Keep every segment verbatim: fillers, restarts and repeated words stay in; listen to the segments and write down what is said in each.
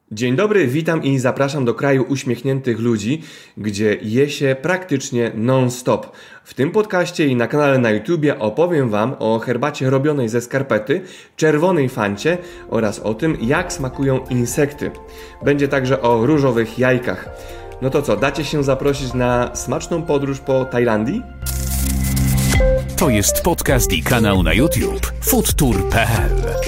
Dzień dobry, witam i zapraszam do kraju uśmiechniętych ludzi, gdzie je się praktycznie non-stop. W tym podcaście i na kanale na YouTubie opowiem Wam o herbacie robionej ze skarpety, czerwonej fancie oraz o tym, jak smakują insekty. Będzie także o różowych jajkach. No to co, dacie się zaprosić na smaczną podróż po Tajlandii? To jest podcast i kanał na YouTube foodtour kropka p l.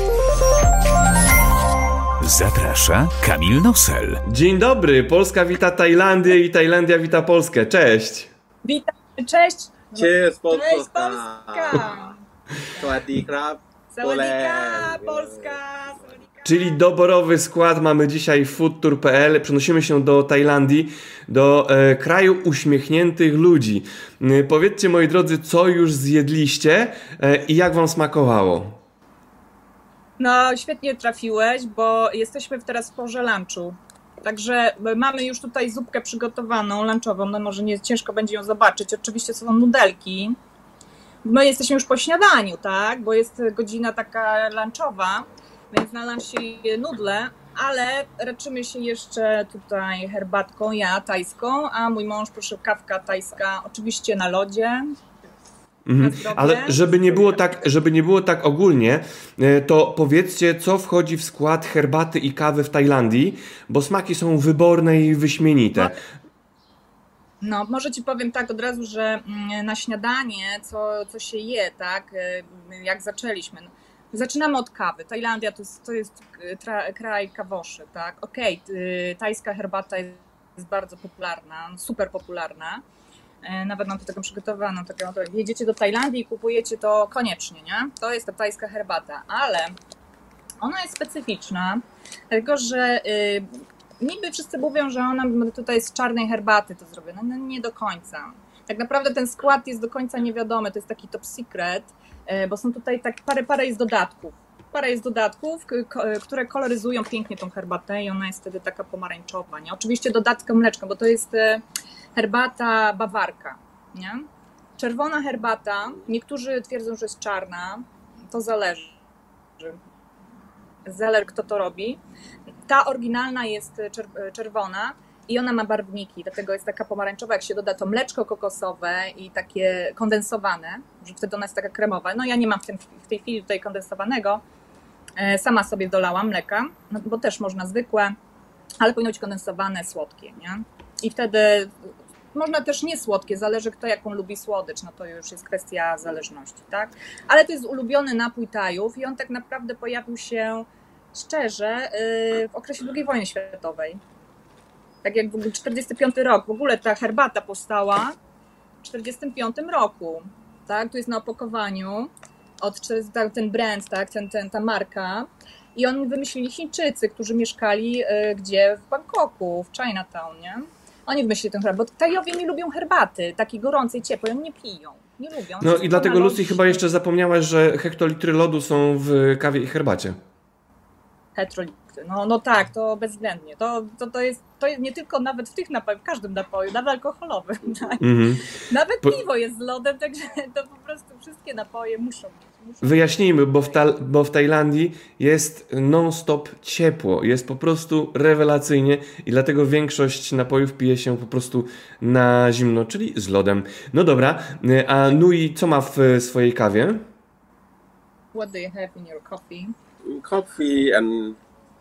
Zaprasza Kamil Nosel. Dzień dobry, Polska wita Tajlandię i Tajlandia wita Polskę. Cześć! Witam, cześć! Cześć Polska! Cześć Polska! สวัสดีครับ Sawadika, Polska! Sawadika. Czyli doborowy skład mamy dzisiaj w foodtour kropka p l. Przenosimy się do Tajlandii, do e, kraju uśmiechniętych ludzi. E, powiedzcie, moi drodzy, co już zjedliście e, i jak wam smakowało? No, świetnie trafiłeś, bo jesteśmy teraz w porze lunchu. Także mamy już tutaj zupkę przygotowaną, lunchową, no może nie ciężko będzie ją zobaczyć. Oczywiście są nudelki. My jesteśmy już po śniadaniu, tak? Bo jest godzina taka lunchowa, więc na lunch się je nudle, ale raczymy się jeszcze tutaj herbatką, ja tajską, a mój mąż, proszę, kawka tajska, oczywiście na lodzie. Mhm. Ale żeby nie było tak, żeby nie było tak ogólnie, to powiedzcie, co wchodzi w skład herbaty i kawy w Tajlandii, bo smaki są wyborne i wyśmienite. No, może Ci powiem tak od razu, że na śniadanie, co, co się je, tak, jak zaczęliśmy. Zaczynamy od kawy. Tajlandia to jest, to jest tra, kraj kawoszy, tak. Okej, okay, tajska herbata jest bardzo popularna, super popularna. Nawet mam to taką przygotowaną, taką, to jedziecie do Tajlandii i kupujecie to koniecznie, nie? To jest ta tajska herbata, ale ona jest specyficzna, dlatego że y, niby wszyscy mówią, że ona tutaj z czarnej herbaty to zrobiona, no nie do końca. Tak naprawdę ten skład jest do końca niewiadomy, to jest taki top secret, y, bo są tutaj tak parę, parę jest dodatków. Parę jest dodatków, które koloryzują pięknie tą herbatę i ona jest wtedy taka pomarańczowa, nie? Oczywiście dodatkiem mleczka, bo to jest herbata bawarka, nie? Czerwona herbata, niektórzy twierdzą, że jest czarna, to zależy. Zależy, kto to robi. Ta oryginalna jest czerwona i ona ma barwniki, dlatego jest taka pomarańczowa, jak się doda to mleczko kokosowe i takie kondensowane, że wtedy ona jest taka kremowa. No ja nie mam w, tym, w tej chwili tutaj kondensowanego, sama sobie dolałam mleka, no bo też można zwykłe, ale powinno być kondensowane, słodkie, nie? I wtedy można też nie słodkie, zależy kto jaką lubi słodycz, no to już jest kwestia zależności, tak? Ale to jest ulubiony napój Tajów i on tak naprawdę pojawił się szczerze w okresie drugiej wojny światowej. Tak jak w czterdziestym piątym rok, w ogóle ta herbata powstała w czterdziestym piątym roku, tak? Tu jest na opakowaniu, od, ten brand, tak? ten, ten, ta marka. I oni wymyślili Chińczycy, którzy mieszkali y, gdzie? W Bangkoku, w Chinatown, nie? Oni wymyślili tę herbatę, bo Tajowie nie lubią herbaty, takiej gorącej, ciepłej, oni nie piją, nie lubią. No i dlatego Lucy chyba jeszcze zapomniałaś, że hektolitry lodu są w kawie i herbacie. Hektolitry, no, no tak, to bezwzględnie. To, to, to, jest, to jest nie tylko nawet w tych napojach, w każdym napoju, nawet alkoholowym. Tak? Mm-hmm. Nawet po... piwo jest z lodem, także to po prostu wszystkie napoje muszą być. Muszą Wyjaśnijmy, bo w, ta, bo w Tajlandii jest non-stop ciepło, jest po prostu rewelacyjnie i dlatego większość napojów pije się po prostu na zimno, czyli z lodem. No dobra, a Nui co ma w swojej kawie? What do you have in your coffee? Coffee and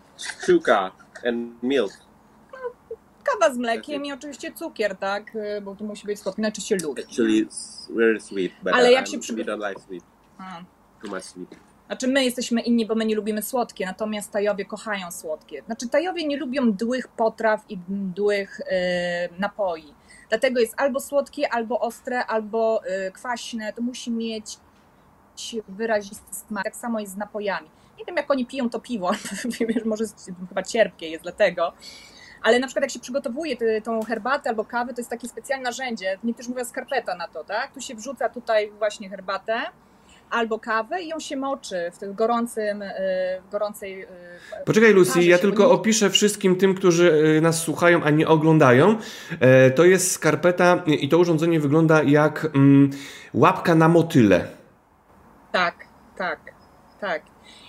sugar and milk. No, kawa z mlekiem i oczywiście cukier, tak? Bo to musi być słodkie, znaczy się lubi. Actually it's very sweet, but ale jak um, się przy... we don't like sweet. A. Too much sweet. Znaczy my jesteśmy inni, bo my nie lubimy słodkie, natomiast Tajowie kochają słodkie. Znaczy Tajowie nie lubią mdłych potraw i mdłych yy, napoi. Dlatego jest albo słodkie, albo ostre, albo yy, kwaśne. To musi mieć wyrazisty smak. Tak samo jest z napojami. Nie wiem, jak oni piją to piwo, może chyba cierpkie jest dlatego. Ale na przykład jak się przygotowuje ty, tą herbatę albo kawę, to jest takie specjalne narzędzie. Niektórzy mówią skarpeta na to, tak? Tu się wrzuca tutaj właśnie herbatę albo kawę i ją się moczy w tym gorącym, w gorącej... Poczekaj Lucy, ja tylko opiszę wszystkim tym, którzy nas słuchają, a nie oglądają. To jest skarpeta i to urządzenie wygląda jak mm, łapka na motyle. Tak, tak, tak.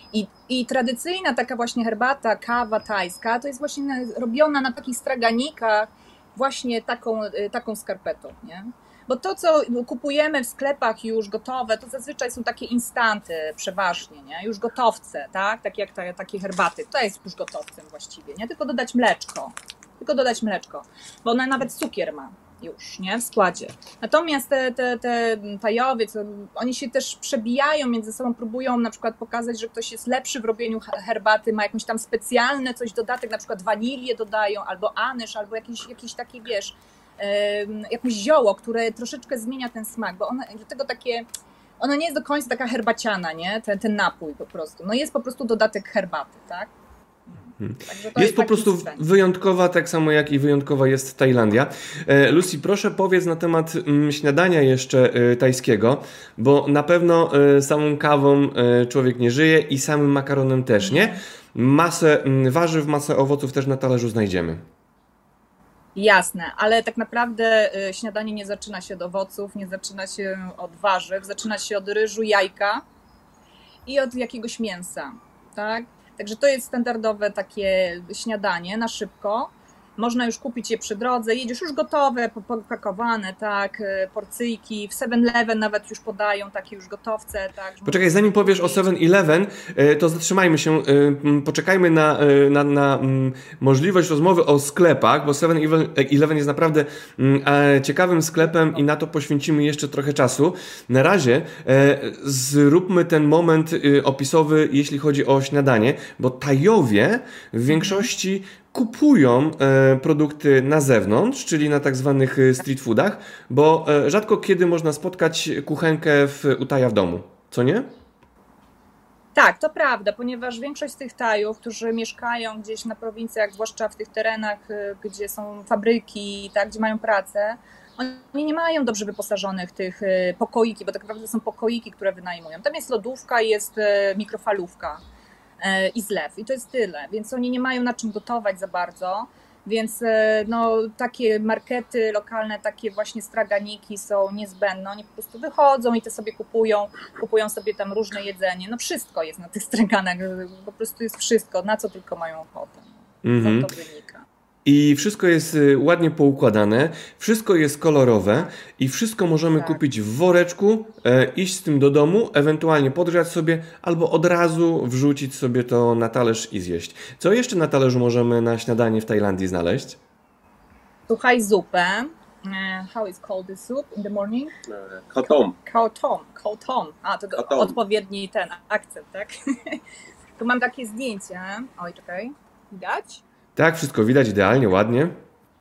I, I tradycyjna taka właśnie herbata, kawa tajska, to jest właśnie na, robiona na takich straganikach właśnie taką, taką skarpetą, nie? Bo to, co kupujemy w sklepach już gotowe, to zazwyczaj są takie instanty przeważnie, nie? Już gotowce, tak? Tak jak te, takie herbaty, to jest już gotowcem właściwie, nie? Tylko dodać mleczko, tylko dodać mleczko, bo ona nawet cukier ma już, nie? W składzie. Natomiast te, te, te tajowie, co, oni się też przebijają między sobą, próbują na przykład pokazać, że ktoś jest lepszy w robieniu herbaty, ma jakąś tam specjalne coś dodatek, na przykład wanilię dodają, albo anyż, albo jakiś, jakiś taki, wiesz, jakieś zioło, które troszeczkę zmienia ten smak, bo ono, dlatego takie, ono nie jest do końca taka herbaciana, nie? Ten, ten napój po prostu. No jest po prostu dodatek herbaty, tak? Hmm. Jest, jest po prostu spęd. wyjątkowa, tak samo jak i wyjątkowa jest Tajlandia. Lucy, proszę powiedz na temat śniadania jeszcze tajskiego, bo na pewno samą kawą człowiek nie żyje i samym makaronem też nie. Masę warzyw, masę owoców też na talerzu znajdziemy. Jasne, ale tak naprawdę śniadanie nie zaczyna się od owoców, nie zaczyna się od warzyw, zaczyna się od ryżu, jajka i od jakiegoś mięsa, tak? Także to jest standardowe takie śniadanie na szybko. Można już kupić je przy drodze, jedziesz już gotowe, popakowane, tak, porcyjki, w seven eleven nawet już podają takie już gotowce. Tak. Poczekaj, zanim powiesz o seven eleven, to zatrzymajmy się, poczekajmy na, na, na możliwość rozmowy o sklepach, bo seven eleven jest naprawdę ciekawym sklepem i na to poświęcimy jeszcze trochę czasu. Na razie zróbmy ten moment opisowy, jeśli chodzi o śniadanie, bo Tajowie w większości kupują e, produkty na zewnątrz, czyli na tak zwanych street foodach, bo e, rzadko kiedy można spotkać kuchenkę w, u Taja w domu, co nie? Tak, to prawda, ponieważ większość z tych Tajów, którzy mieszkają gdzieś na prowincjach, zwłaszcza w tych terenach, gdzie są fabryki, tak, gdzie mają pracę, oni nie mają dobrze wyposażonych tych pokoiki, bo tak naprawdę są pokoiki, które wynajmują. Tam jest lodówka i jest mikrofalówka i zlew i to jest tyle, więc oni nie mają na czym gotować za bardzo, więc no, takie markety lokalne, takie właśnie straganiki są niezbędne, oni po prostu wychodzą i te sobie kupują, kupują sobie tam różne jedzenie, no wszystko jest na tych straganach, po prostu jest wszystko, na co tylko mają ochotę, mm-hmm. to wynika. I wszystko jest ładnie poukładane, wszystko jest kolorowe i wszystko możemy tak. kupić w woreczku, e, iść z tym do domu, ewentualnie podgrzać sobie albo od razu wrzucić sobie to na talerz i zjeść. Co jeszcze na talerzu możemy na śniadanie w Tajlandii znaleźć? Słuchaj, zupę. How is called the soup in the morning? Khao tom. Khao tom. Khao tom. A, to tom. Odpowiedni ten akcent, tak? Tu mam takie zdjęcie. Oj, czekaj. Widać? Tak, wszystko widać idealnie, ładnie.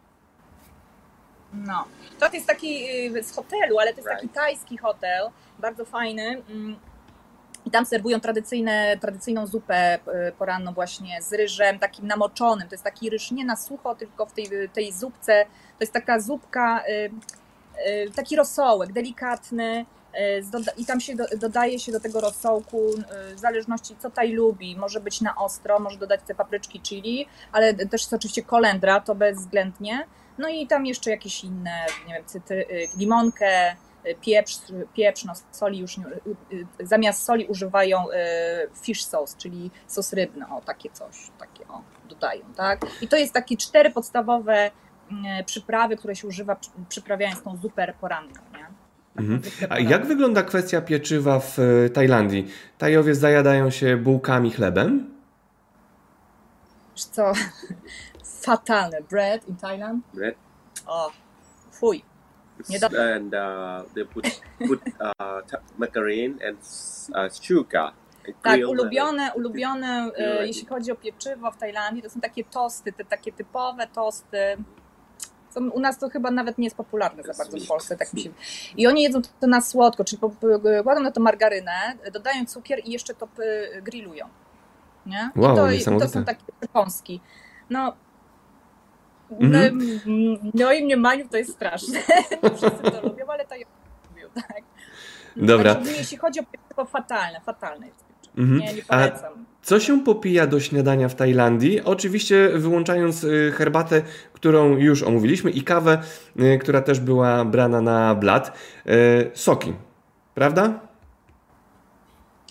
No, to jest taki z hotelu, ale to jest taki tajski hotel, bardzo fajny. I tam serwują tradycyjne, tradycyjną zupę poranną właśnie z ryżem takim namoczonym. To jest taki ryż nie na sucho, tylko w tej, tej zupce. To jest taka zupka, taki rosołek delikatny. I tam się dodaje się do tego rosołku w zależności co Taj lubi. Może być na ostro, może dodać te papryczki chili, ale też jest oczywiście kolendra, to bezwzględnie. No i tam jeszcze jakieś inne, nie wiem, cytry, limonkę, pieprz, pieprz, no soli już nie, zamiast soli używają fish sauce, czyli sos rybny, o takie coś, takie o, dodają, tak? I to jest takie cztery podstawowe przyprawy, które się używa przyprawiając tą zupę poranną, nie? Mhm. A jak wygląda kwestia pieczywa w Tajlandii? Tajowie zajadają się bułkami, chlebem? Wiesz co? Fatalne. Bread in Thailand? Bread. O, fuj. Nie da... And uh, they put, put uh, margarine and uh, sugar. Tak, ulubione, ulubione e, jeśli chodzi o pieczywo w Tajlandii, to są takie tosty, te takie typowe tosty. U nas to chyba nawet nie jest popularne za bardzo w Polsce, tak mi się... I oni jedzą to na słodko, czyli kładą na to margarynę, dodają cukier i jeszcze to grillują. Nie? Wow, I to, to są takie przekąski. No, mm-hmm. w moim mniemaniu to jest straszne. Wszyscy to lubią, ale to ja lubią, tak. Dobra. Także, jeśli chodzi o pieczywo, fatalne, fatalne jest pieczywo. Mm-hmm. Nie, nie polecam. A co się popija do śniadania w Tajlandii? Oczywiście wyłączając herbatę, którą już omówiliśmy i kawę, która też była brana na blat. Soki, prawda?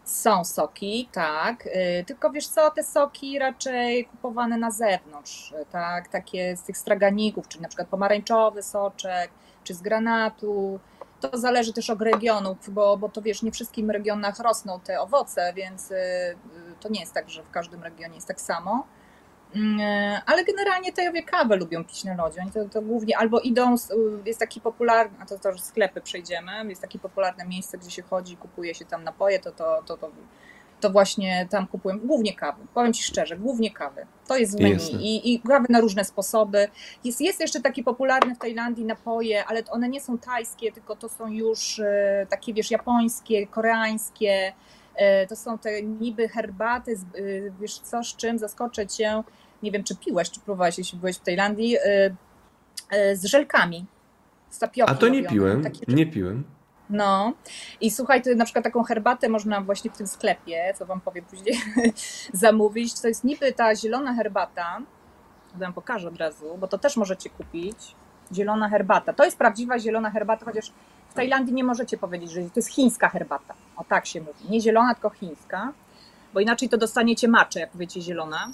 Są soki, tak, y, tylko wiesz co, te soki raczej kupowane na zewnątrz, tak, takie z tych straganików, czyli na przykład pomarańczowy soczek, czy z granatu. To zależy też od regionów, bo, bo to wiesz, nie w wszystkich regionach rosną te owoce, więc y, to nie jest tak, że w każdym regionie jest tak samo. Y, ale generalnie Tajowie kawę lubią pić na lodzie. Oni to, to głównie albo idą, jest taki popularny, a to, to już sklepy przejdziemy, jest takie popularne miejsce, gdzie się chodzi, kupuje się tam napoje, to, to, to, to, to właśnie tam kupują głównie kawy. Powiem Ci szczerze, głównie kawy. To jest w menu i, i kawy na różne sposoby. Jest, jest jeszcze taki popularny w Tajlandii napoje, ale one nie są tajskie, tylko to są już e, takie, wiesz, japońskie, koreańskie. E, to są te niby herbaty, z, e, wiesz co, z czym zaskoczę Cię, nie wiem, czy piłeś, czy próbowałeś, jeśli byłeś w Tajlandii, e, e, z żelkami, z tapioki. A to nie robione. piłem, Takie, nie piłem. No i słuchaj, to na przykład taką herbatę można właśnie w tym sklepie, co Wam powiem później, zamówić. To jest niby ta zielona herbata, to Wam pokażę od razu, bo to też możecie kupić. Zielona herbata. To jest prawdziwa zielona herbata, chociaż w Tajlandii nie możecie powiedzieć, że to jest chińska herbata. O tak się mówi. Nie zielona, tylko chińska, bo inaczej to dostaniecie matchę, jak powiecie zielona.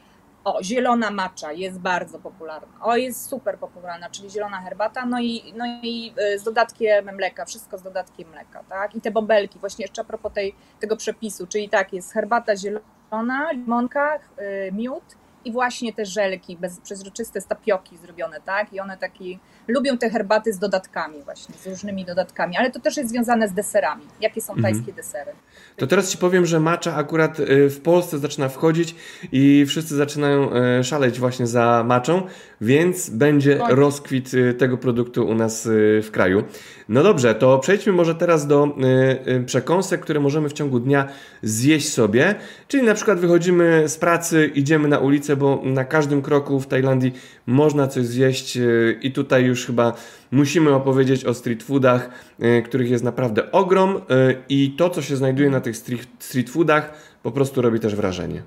O, zielona matcha jest bardzo popularna. O, jest super popularna, czyli zielona herbata, no i, no i z dodatkiem mleka, wszystko z dodatkiem mleka, tak? I te bąbelki, właśnie jeszcze a propos tej, tego przepisu, czyli tak, jest herbata zielona, limonka, yy, miód i właśnie te żelki, bez, przezroczyste z tapioki zrobione, tak? I one taki, lubią te herbaty z dodatkami właśnie, z różnymi dodatkami, ale to też jest związane z deserami. Jakie są tajskie mhm. desery? To teraz Ci powiem, że matcha akurat w Polsce zaczyna wchodzić i wszyscy zaczynają szaleć właśnie za matchą, więc będzie Chodź. rozkwit tego produktu u nas w kraju. No dobrze, to przejdźmy może teraz do przekąsek, które możemy w ciągu dnia zjeść sobie, czyli na przykład wychodzimy z pracy, idziemy na ulicę, bo na każdym kroku w Tajlandii można coś zjeść i tutaj już chyba musimy opowiedzieć o street foodach, których jest naprawdę ogrom i to, co się znajduje na tych street foodach, po prostu robi też wrażenie.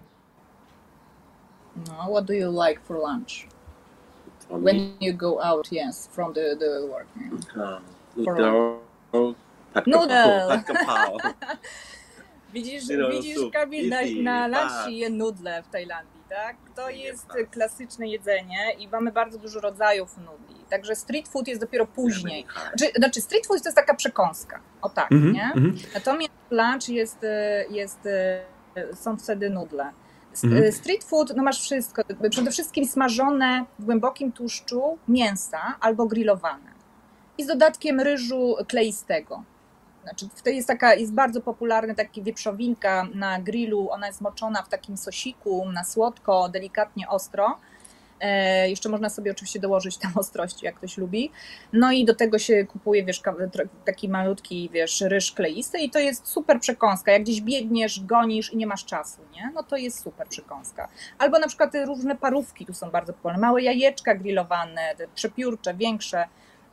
No, what do you like for lunch? When you go out, yes, from the, the work. Noodle. Noodle. Noodle. Widzisz, widzisz Kamil, na, na lunch je nudle w Tajlandii, tak? To jest klasyczne jedzenie i mamy bardzo dużo rodzajów nudli. Także street food jest dopiero później. Znaczy, znaczy street food to jest taka przekąska, o tak, mm-hmm, nie? Mm-hmm. Natomiast lunch jest, jest, są wtedy nudle. Mm-hmm. Street food, no masz wszystko, przede wszystkim smażone w głębokim tłuszczu mięsa albo grillowane i z dodatkiem ryżu kleistego. Znaczy, to jest taka, jest bardzo popularna taka wieprzowinka na grillu, ona jest moczona w takim sosiku na słodko, delikatnie ostro. E, jeszcze można sobie oczywiście dołożyć tam ostrości, jak ktoś lubi. No i do tego się kupuje, wiesz, taki malutki, wiesz, ryż kleisty i to jest super przekąska. Jak gdzieś biegniesz, gonisz i nie masz czasu, nie? No to jest super przekąska. Albo na przykład te różne parówki tu są bardzo popularne, małe jajeczka grillowane, te przepiórcze, większe.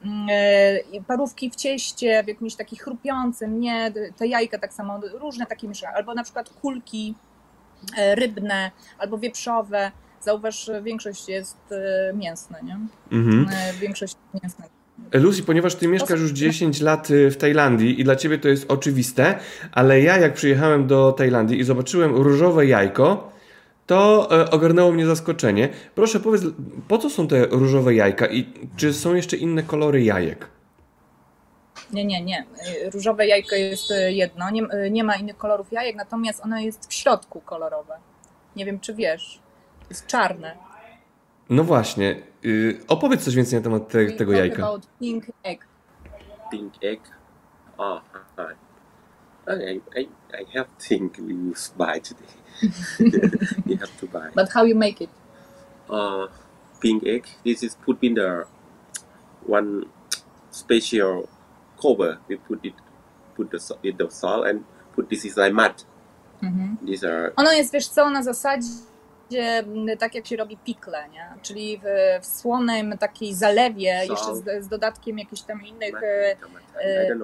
Parówki w cieście, w jakimś takim chrupiącym, nie, te jajka tak samo, różne takie mieszane, albo na przykład kulki rybne, albo wieprzowe. Zauważ, większość jest mięsna, nie? Mhm. Większość mięsna. Lucy, ponieważ Ty mieszkasz już dziesięć lat w Tajlandii i dla Ciebie to jest oczywiste, ale ja jak przyjechałem do Tajlandii i zobaczyłem różowe jajko, to ogarnęło mnie zaskoczenie. Proszę powiedz, po co są te różowe jajka i czy są jeszcze inne kolory jajek? Nie, nie, nie. Różowe jajko jest jedno, nie, nie ma innych kolorów jajek, natomiast ono jest w środku kolorowe. Nie wiem, czy wiesz. Jest czarne. No właśnie. Yy, opowiedz coś więcej na temat te, We tego talk jajka. About pink egg. Pink egg? Oh, I, I, I have think we use buy today. You have to buy. But how you make it? Uh, pink egg. This is put in the one special cover. We put it, put the in the salt and put this is like mud. Mm-hmm. These are. Ono jest, wiesz co, na zasadzie tak jak się robi pikle, nie? Czyli w, w słonym takiej zalewie, salt. Jeszcze z, z dodatkiem jakichś tam innych e, e,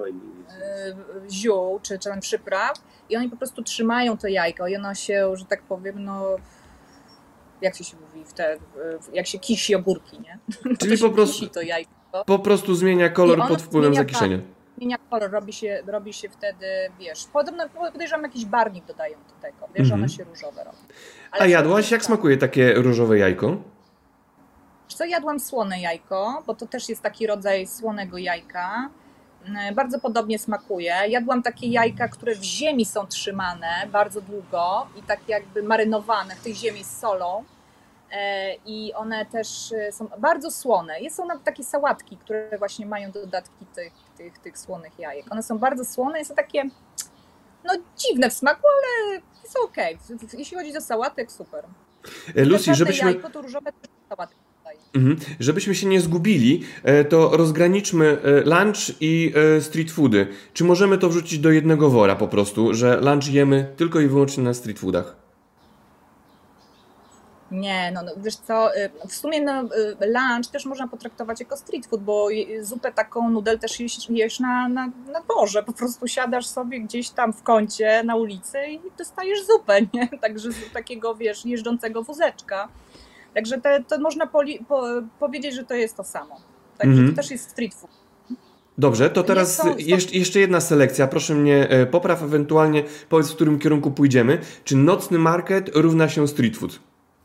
ziół czy, czy tam przypraw i oni po prostu trzymają to jajko i ono się, że tak powiem, no jak się mówi, w te, w, jak się kisi ogórki, nie? Czyli po prostu, to jajko. po prostu zmienia kolor pod wpływem zakiszenia. zmienia kolor, robi się, robi się wtedy, wiesz, podobno podejrzewam jakiś barwnik dodają do tego, wiesz, mhm. Ono się różowe robi. Ale a jadłaś? Jak smakuje takie różowe jajko? Co, jadłam słone jajko, bo to też jest taki rodzaj słonego jajka. Bardzo podobnie smakuje. Jadłam takie jajka, które w ziemi są trzymane bardzo długo i tak jakby marynowane w tej ziemi z solą. I one też są bardzo słone. Są nawet takie sałatki, które właśnie mają dodatki tych, tych, tych słonych jajek. One są bardzo słone, są takie no dziwne w smaku, ale jest okej. Okay. Jeśli chodzi o sałatek, super. Lucy, żebyśmy... jajko to różowe też sałatek. Mhm. Żebyśmy się nie zgubili, to rozgraniczmy lunch i street foody. Czy możemy to wrzucić do jednego wora po prostu, że lunch jemy tylko i wyłącznie na street foodach? Nie, no, no wiesz co, w sumie no, lunch też można potraktować jako street food, bo zupę taką nudel też jesz, jesz na, na, na dworze, po prostu siadasz sobie gdzieś tam w kącie na ulicy i dostajesz zupę, nie? Także z takiego, wiesz, jeżdżącego wózeczka. Także te, to można poli, po, powiedzieć, że to jest to samo. Także mm-hmm. to też jest street food. Dobrze, to teraz są, jeszcze, jeszcze jedna selekcja. Proszę mnie popraw, ewentualnie powiedz, w którym kierunku pójdziemy. Czy nocny market równa się street food?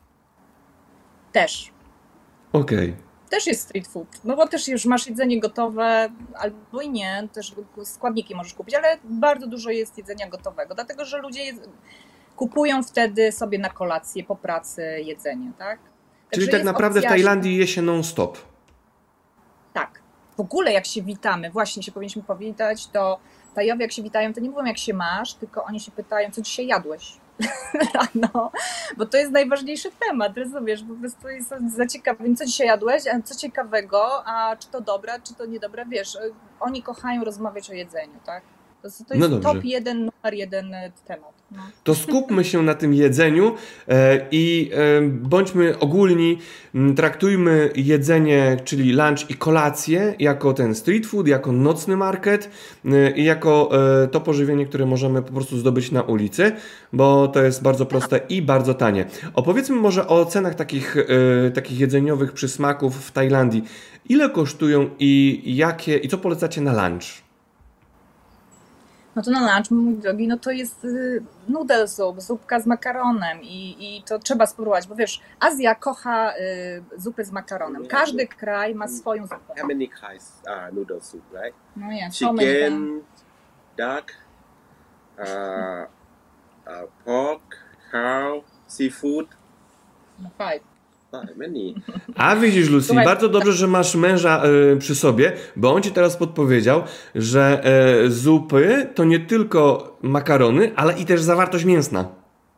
Też. Okej. Okay. Też jest street food, no bo też już masz jedzenie gotowe, albo i nie, też składniki możesz kupić, ale bardzo dużo jest jedzenia gotowego, dlatego że ludzie jed... kupują wtedy sobie na kolację po pracy jedzenie, tak? Czyli tak naprawdę w Tajlandii je się non-stop. Tak. W ogóle jak się witamy, właśnie się powinniśmy powitać, to Tajowie jak się witają, to nie mówią jak się masz, tylko oni się pytają, co dzisiaj jadłeś rano, bo to jest najważniejszy temat, rozumiesz, po prostu jest zaciekawieni, co dzisiaj jadłeś, a co ciekawego, a czy to dobre, czy to niedobre, wiesz, oni kochają rozmawiać o jedzeniu, tak? To, to jest no top jeden, numer jeden temat. No. To skupmy się na tym jedzeniu e, i e, bądźmy ogólni, m, traktujmy jedzenie, czyli lunch i kolację jako ten street food, jako nocny market e, i jako e, to pożywienie, które możemy po prostu zdobyć na ulicy, bo to jest bardzo proste i bardzo tanie. Opowiedzmy może o cenach takich, e, takich jedzeniowych przysmaków w Tajlandii. Ile kosztują i jakie i co polecacie na lunch? No to na lunch, mój drogi, no to jest noodle soup, zupka z makaronem i, i to trzeba spróbować, bo wiesz, Azja kocha y, zupy z makaronem. Każdy kraj ma swoją zupę. How many kinds are noodle soup, right? No yeah, chicken, duck, uh, uh, pork, cow, seafood. No five. A widzisz, Lucy, Słuchaj, bardzo dobrze, że masz męża y, przy sobie, bo on ci teraz podpowiedział, że y, zupy to nie tylko makarony, ale i też zawartość mięsna.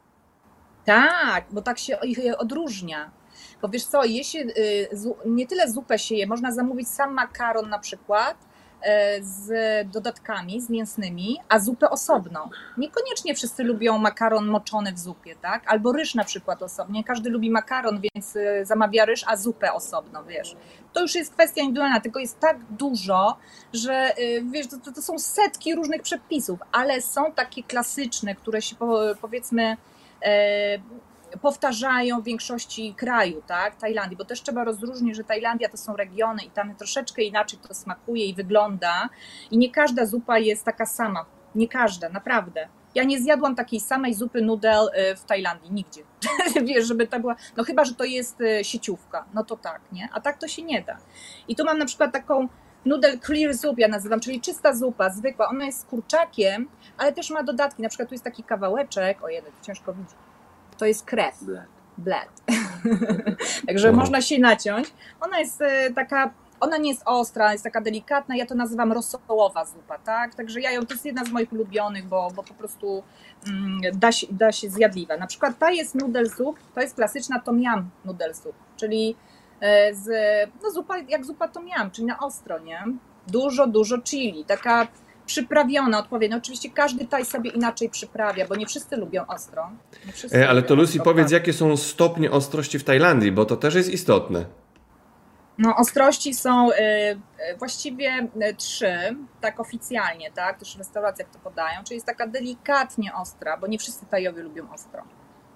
Tak, bo tak się ich odróżnia. Bo wiesz co, je się, y, z, nie tyle zupę się je, można zamówić sam makaron na przykład, z dodatkami, z mięsnymi, a zupę osobno. Niekoniecznie wszyscy lubią makaron moczony w zupie, tak? Albo ryż na przykład osobnie. Każdy lubi makaron, więc zamawia ryż, a zupę osobno, wiesz. To już jest kwestia indywidualna, tylko jest tak dużo, że wiesz, to, to są setki różnych przepisów, ale są takie klasyczne, które się powiedzmy powtarzają w większości kraju, tak, Tajlandii, bo też trzeba rozróżnić, że Tajlandia to są regiony i tam troszeczkę inaczej to smakuje i wygląda i nie każda zupa jest taka sama, nie każda, naprawdę. Ja nie zjadłam takiej samej zupy noodle w Tajlandii, nigdzie. Wiesz, żeby to była, no chyba, że to jest sieciówka, no to tak, nie? A tak to się nie da. I tu mam na przykład taką noodle clear soup, ja nazywam, czyli czysta zupa, zwykła, ona jest z kurczakiem, ale też ma dodatki, na przykład tu jest taki kawałeczek, o jeden, ciężko widzieć. To jest krew. Blood. Także wow. Można się naciąć. Ona jest taka, ona nie jest ostra, jest taka delikatna, ja to nazywam rosołowa zupa, tak? Także ja ją, to jest jedna z moich ulubionych, bo, bo po prostu mm, da, się, da się zjadliwa. Na przykład ta jest noodle soup, to jest klasyczna tom yum noodle soup, czyli z, no zupa, jak zupa tom yum, czyli na ostro, nie? Dużo, dużo chili, taka przyprawiona odpowiednio. Oczywiście każdy Taj sobie inaczej przyprawia, bo nie wszyscy lubią ostro. Wszyscy e, ale to Lucy, ostro, powiedz, tak. Jakie są stopnie ostrości w Tajlandii, bo to też jest istotne. No, ostrości są y, y, właściwie y, trzy, tak oficjalnie, tak, też w restauracjach to podają, czyli jest taka delikatnie ostra, bo nie wszyscy Tajowie lubią ostro.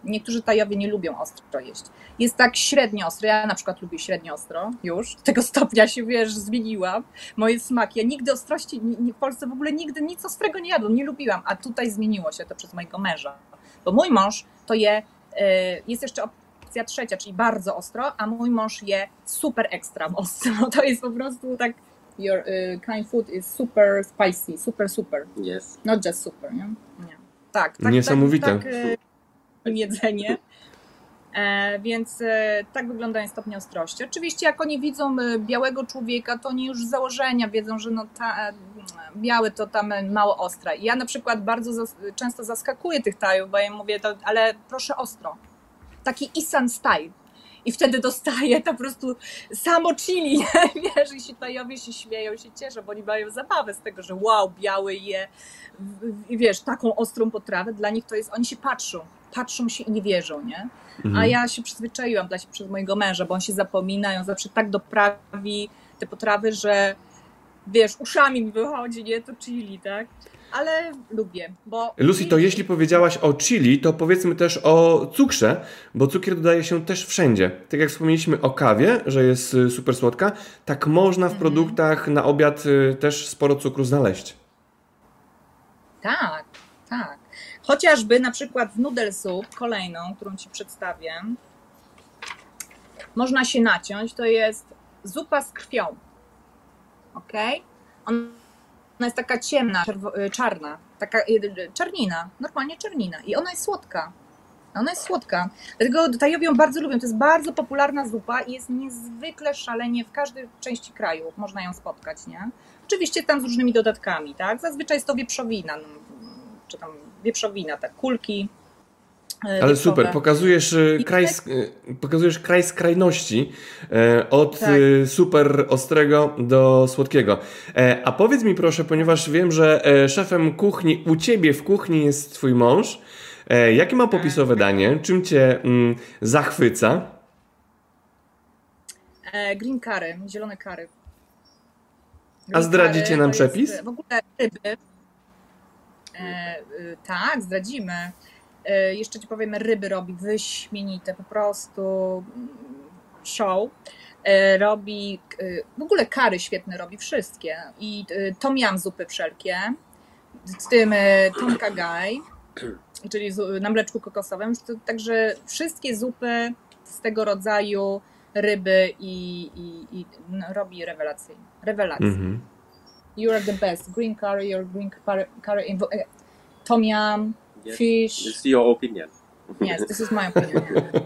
Niektórzy Tajowie nie lubią ostro jeść. Jest tak średnio ostro. Ja na przykład lubię średnio ostro już. Do tego stopnia się, wiesz, zmieniłam. Moje smaki. Ja nigdy ostrości, w Polsce w ogóle nigdy nic ostrego nie jadłam, nie lubiłam. A tutaj zmieniło się to przez mojego męża. Bo mój mąż to je, jest jeszcze opcja trzecia, czyli bardzo ostro, a mój mąż je super ekstra ostro. To jest po prostu tak, your uh, kind food is super spicy, super, super. Yes. Not just super, nie? nie. Tak, tak. Niesamowite. Tak, tak, jedzenie. E, więc e, tak wyglądają stopnie ostrości. Oczywiście jak oni widzą białego człowieka, to oni już z założenia wiedzą, że no ta, e, biały to tam mało ostre. I ja na przykład bardzo zas często zaskakuję tych Tajów, bo ja im mówię, to, ale proszę ostro. Taki Isan style. I wtedy dostaję to po prostu samo chili, wiesz, i się Tajowie się śmieją, się cieszą, bo oni mają zabawę z tego, że wow, biały je, wiesz, taką ostrą potrawę. Dla nich to jest, oni się patrzą, patrzą się i nie wierzą, nie? Mhm. A ja się przyzwyczaiłam dla, przez mojego męża, bo on się zapomina i on zawsze tak doprawi te potrawy, że wiesz, uszami mi wychodzi, nie, to chili, tak? Ale lubię, bo... Lucy, to jeśli powiedziałaś o chili, to powiedzmy też o cukrze, bo cukier dodaje się też wszędzie. Tak jak wspomnieliśmy o kawie, że jest super słodka, tak można w produktach na obiad też sporo cukru znaleźć. Tak, tak. Chociażby na przykład w noodle soup, kolejną, którą Ci przedstawię, można się naciąć, to jest zupa z krwią. Ok? Ona jest taka ciemna, czarna, taka czarnina, normalnie czarnina i ona jest słodka. Ona jest słodka. Dlatego Tajowie ją bardzo lubią. To jest bardzo popularna zupa i jest niezwykle szalenie w każdej części kraju. Można ją spotkać, nie? Oczywiście tam z różnymi dodatkami, tak? Zazwyczaj jest to wieprzowina, czy tam wieprzowina, tak, kulki. Ale wieprzowe. Super, pokazujesz kraj, pokazujesz kraj skrajności od tak. super ostrego do słodkiego. A powiedz mi proszę, ponieważ wiem, że szefem kuchni u Ciebie w kuchni jest Twój mąż, jakie ma popisowe danie? Czym Cię mm, zachwyca? Green curry, zielone curry. Green A zdradzicie nam przepis? W ogóle ryby. E, tak, zdradzimy. E, jeszcze Ci powiemy, ryby robi wyśmienite, po prostu show. E, robi, e, w ogóle curry świetne robi, wszystkie. I e, tom yum zupy wszelkie, z tym e, tonka gai, czyli na mleczku kokosowym. Także wszystkie zupy z tego rodzaju ryby i, i, i no, robi rewelacje. Rewelacje. Mm-hmm. You are the best. Green curry, your green curry, curry in, tom yum, yes, fish. This is your opinion. Yes, this is my opinion.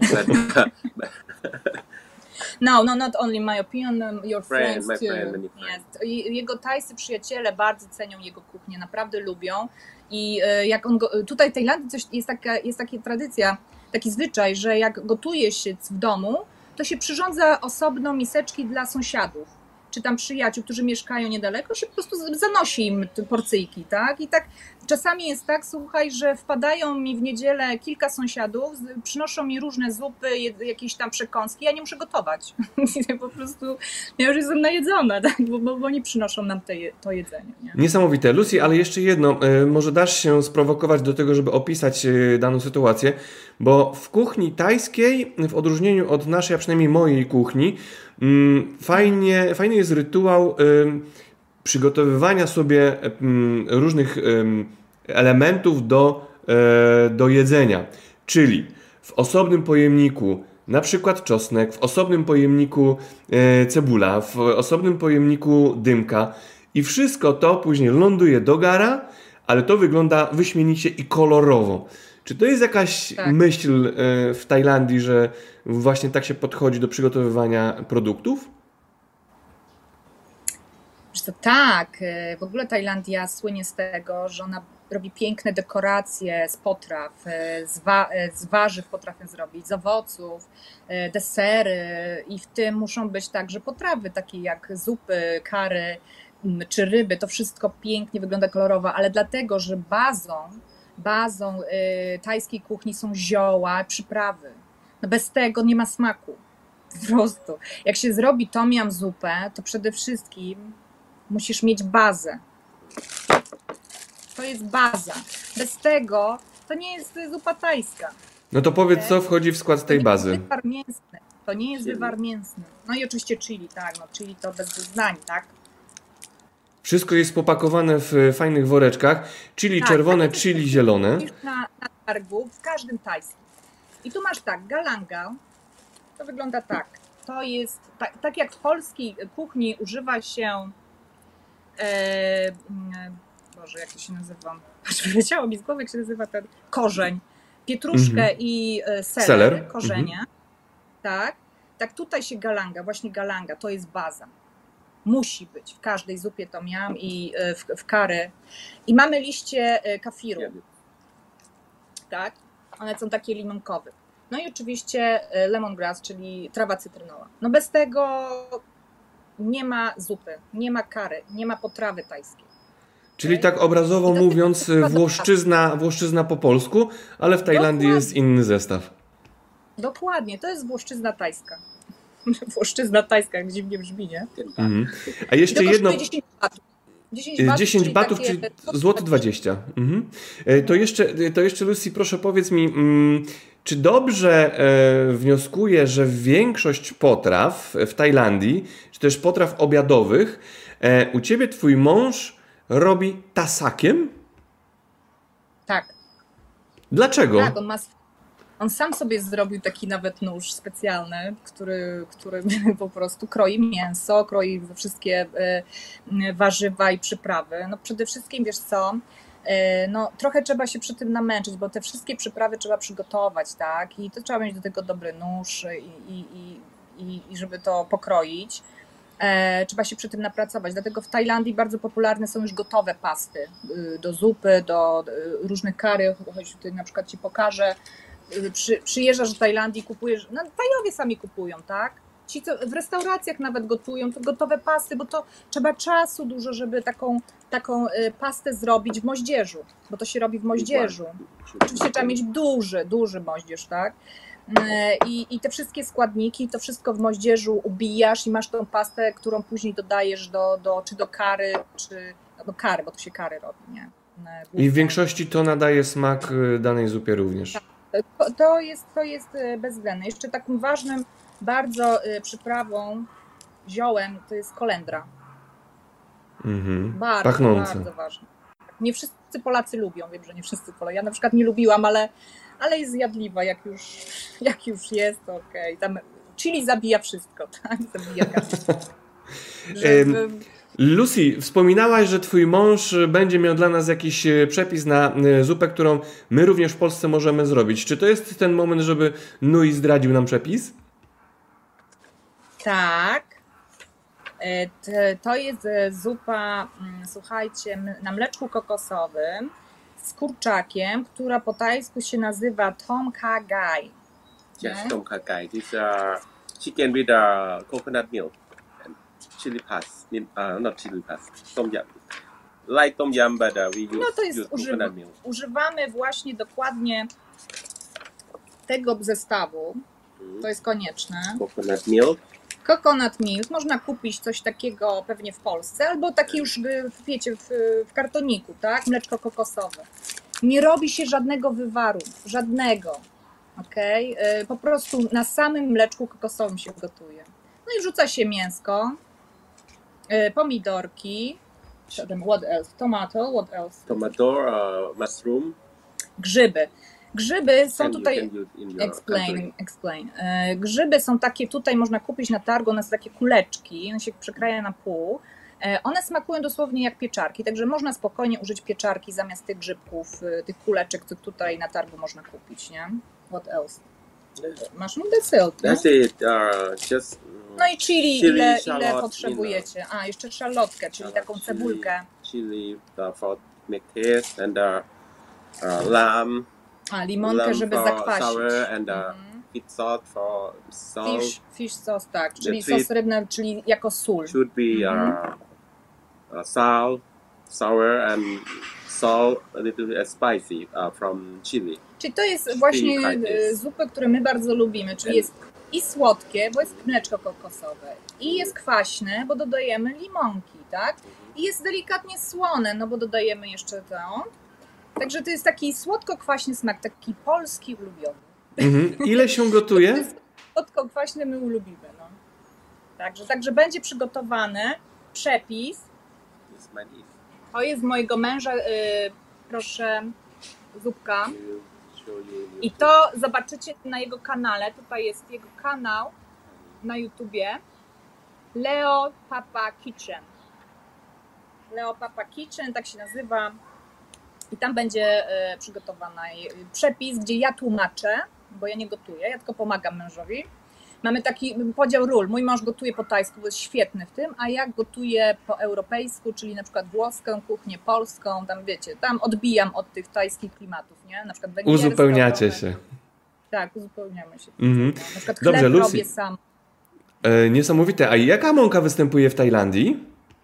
No, no, not only my opinion, your friends friend, too. Friend, yes. Jego tajscy przyjaciele bardzo cenią jego kuchnię, naprawdę lubią. I jak on go, tutaj w Tajlandii coś, jest, taka, jest taka tradycja, taki zwyczaj, że jak gotuje się w domu, to się przyrządza osobno miseczki dla sąsiadów, czy tam przyjaciół, którzy mieszkają niedaleko, się po prostu zanosi im porcyjki, tak? I tak czasami jest tak, słuchaj, że wpadają mi w niedzielę kilka sąsiadów, przynoszą mi różne zupy, jakieś tam przekąski, ja nie muszę gotować. Po prostu ja już jestem najedzona, tak? Bo, bo, bo oni przynoszą nam te, to jedzenie. Nie? Niesamowite. Lucy, ale jeszcze jedno, może dasz się sprowokować do tego, żeby opisać daną sytuację, bo w kuchni tajskiej, w odróżnieniu od naszej, a przynajmniej mojej kuchni, fajnie, fajny jest rytuał przygotowywania sobie różnych elementów do, do jedzenia. Czyli w osobnym pojemniku na przykład czosnek, w osobnym pojemniku cebula, w osobnym pojemniku dymka i wszystko to później ląduje do gara, ale to wygląda wyśmienicie i kolorowo. Czy to jest jakaś tak. myśl w Tajlandii, że właśnie tak się podchodzi do przygotowywania produktów? Wiesz co, tak, w ogóle Tajlandia słynie z tego, że ona robi piękne dekoracje z potraw, z, wa- z warzyw potrafią zrobić, z owoców, desery i w tym muszą być także potrawy takie jak zupy, curry czy ryby, to wszystko pięknie wygląda kolorowo, ale dlatego, że bazą Bazą y, tajskiej kuchni są zioła, przyprawy. No bez tego nie ma smaku. Po prostu. Jak się zrobi tom yum zupę, to przede wszystkim musisz mieć bazę. To jest baza. Bez tego to nie jest zupa tajska. No to powiedz, co wchodzi w skład tej To nie bazy. jest wywar mięsny. To nie jest Chili. wywar mięsny. No i oczywiście chili, tak. No chili to bez znań, tak? Wszystko jest popakowane w fajnych woreczkach. Chili Tak, czerwone, tak. chili zielone. Kupisz Na, na targu, w każdym tajskim. I tu masz tak, galanga. To wygląda tak. To jest, tak, tak jak w polskiej kuchni używa się e, Boże, jak to się nazywa? Aż wyleciało mi z głowy, jak się nazywa ten korzeń. Pietruszkę Mhm. i e, seler, Seler. korzenie. Tak. Tak tutaj się galanga, właśnie galanga, to jest baza. Musi być w każdej zupie tom yum i e, w, w curry. I mamy liście e, kafiru. Tak? One są takie limonkowe. No i oczywiście e, lemongrass, czyli trawa cytrynowa. No bez tego nie ma zupy, nie ma curry, nie ma potrawy tajskiej. Czyli tak obrazowo I do mówiąc, tego- włoszczyzna, włoszczyzna po polsku, ale w Tajlandii Dokładnie. jest inny zestaw. Dokładnie, to jest włoszczyzna tajska. Włoszczyzna tajska, jak dziwnie brzmi, nie? Mhm. A jeszcze I to jedno. kosztuje dziesięć batów. dziesięć batów, dziesięć czyli batów, takie- czyli złoty dwadzieścia. Mhm. E, To jeszcze, to jeszcze Lucy, proszę powiedz mi, mm, czy dobrze e, wnioskuję, że większość potraw w Tajlandii, czy też potraw obiadowych, e, u ciebie twój mąż robi tasakiem? Tak, Dlaczego? tak, on ma sw- on sam sobie zrobił taki nawet nóż specjalny, który, który po prostu kroi mięso, kroi wszystkie e, warzywa i przyprawy. No przede wszystkim, wiesz co, e, no trochę trzeba się przy tym namęczyć, bo te wszystkie przyprawy trzeba przygotować, tak? I to trzeba mieć do tego dobry nóż i, i, i, i, i żeby to pokroić. E, trzeba się przy tym napracować. Dlatego w Tajlandii bardzo popularne są już gotowe pasty y, do zupy, do y, różnych curry. Choć tutaj na przykład ci pokażę. Y, Przy, przyjeżdżasz do Tajlandii, kupujesz, no Tajowie sami kupują, tak? Ci, co w restauracjach nawet gotują, to gotowe pasty, bo to trzeba czasu dużo, żeby taką, taką y, pastę zrobić w moździerzu, bo to się robi w moździerzu. Oczywiście trzeba mieć duży, duży moździerz, tak? I, I te wszystkie składniki, to wszystko w moździerzu ubijasz i masz tą pastę, którą później dodajesz do, do, czy do curry, czy no do curry, bo to się curry robi, nie? I w większości to nadaje smak y, danej zupie również. To, to, jest, to jest bezwzględne. Jeszcze takim ważnym bardzo y, przyprawą, ziołem, to jest kolendra. Mhm. Bardzo, Pachnące. bardzo ważne. Nie wszyscy Polacy lubią, wiem, że nie wszyscy Polacy. Ja na przykład nie lubiłam, ale, ale jest zjadliwa, jak już, jak już jest, to okej. Tam chili zabija wszystko, tak? Zabija każdy. Żeby... Lucy, wspominałaś, że twój mąż będzie miał dla nas jakiś e, przepis na e, zupę, którą my również w Polsce możemy zrobić. Czy to jest ten moment, żeby Nui zdradził nam przepis? Tak. E, t- To jest e, zupa, mm, słuchajcie, m- na mleczku kokosowym z kurczakiem, która po tajsku się nazywa Tom Kha Gai. Yes, tom kha gai. This uh, chicken with uh, coconut milk and chili paste. Uh, not chili paste. Tom yum. Like tom yum, but uh, we use, No to jest use używa, coconut milk. używamy właśnie dokładnie tego zestawu. To jest konieczne. Coconut milk. Coconut milk, można kupić coś takiego pewnie w Polsce, albo takie już, y, wiecie, w, w kartoniku, tak? Mleczko kokosowe. Nie robi się żadnego wywaru, żadnego, okej? Y, Po prostu na samym mleczku kokosowym się gotuje. No i wrzuca się mięsko, y, pomidorki, co tam, what else? Tomato, what else? Tomato, uh, mushroom. Grzyby. Grzyby są and you tutaj... can use in your Explain, country. explain. E, Grzyby są takie, tutaj można kupić na targu, one są takie kuleczki, one się przekraja na pół. E, One smakują dosłownie jak pieczarki, także można spokojnie użyć pieczarki zamiast tych grzybków, e, tych kuleczek, co tutaj na targu można kupić, nie? What else? Masz mi desylt, nie? That's it. Uh, just uh, No i chili, chili, ile, ile shallot, potrzebujecie? A, jeszcze szalotkę, czyli taką chili, cebulkę. Chili uh, for make taste and uh, uh, lamb. A, limonkę, lamb żeby for zakwasić. sour and uh, Mhm. fish sauce for salt. Fish, fish sauce, tak, czyli The treat- sos rybny, czyli jako sól. Should be Mhm. uh, uh, salt, sour and salt a little bit spicy uh, from chili. Czyli to jest właśnie like e, this. zupy, które my bardzo lubimy, czyli jest i słodkie, bo jest mleczko kokosowe, i jest kwaśne, bo dodajemy limonki, tak? I jest delikatnie słone, no bo dodajemy jeszcze to. Także to jest taki słodko-kwaśny smak, taki polski ulubiony. Mhm. Ile się gotuje? Słodko-kwaśny my lubimy. No. Także, także będzie przygotowany przepis. To jest mojego męża, yy, proszę, zupka. I to zobaczycie na jego kanale. Tutaj jest jego kanał na YouTubie. Leo Papa Kitchen. Leo Papa Kitchen, tak się nazywa. I tam będzie y, przygotowany przepis, gdzie ja tłumaczę, bo ja nie gotuję, ja tylko pomagam mężowi. Mamy taki podział ról. Mój mąż gotuje po tajsku, bo jest świetny w tym, a ja gotuję po europejsku, czyli na przykład włoską kuchnię, polską, tam wiecie, tam odbijam od tych tajskich klimatów, nie? Na przykład węgierską. Uzupełniacie się. Tak, uzupełniamy się. Mhm. Na przykład Dobrze, chleb Lucy. robię sam. E, niesamowite. A jaka mąka występuje w Tajlandii?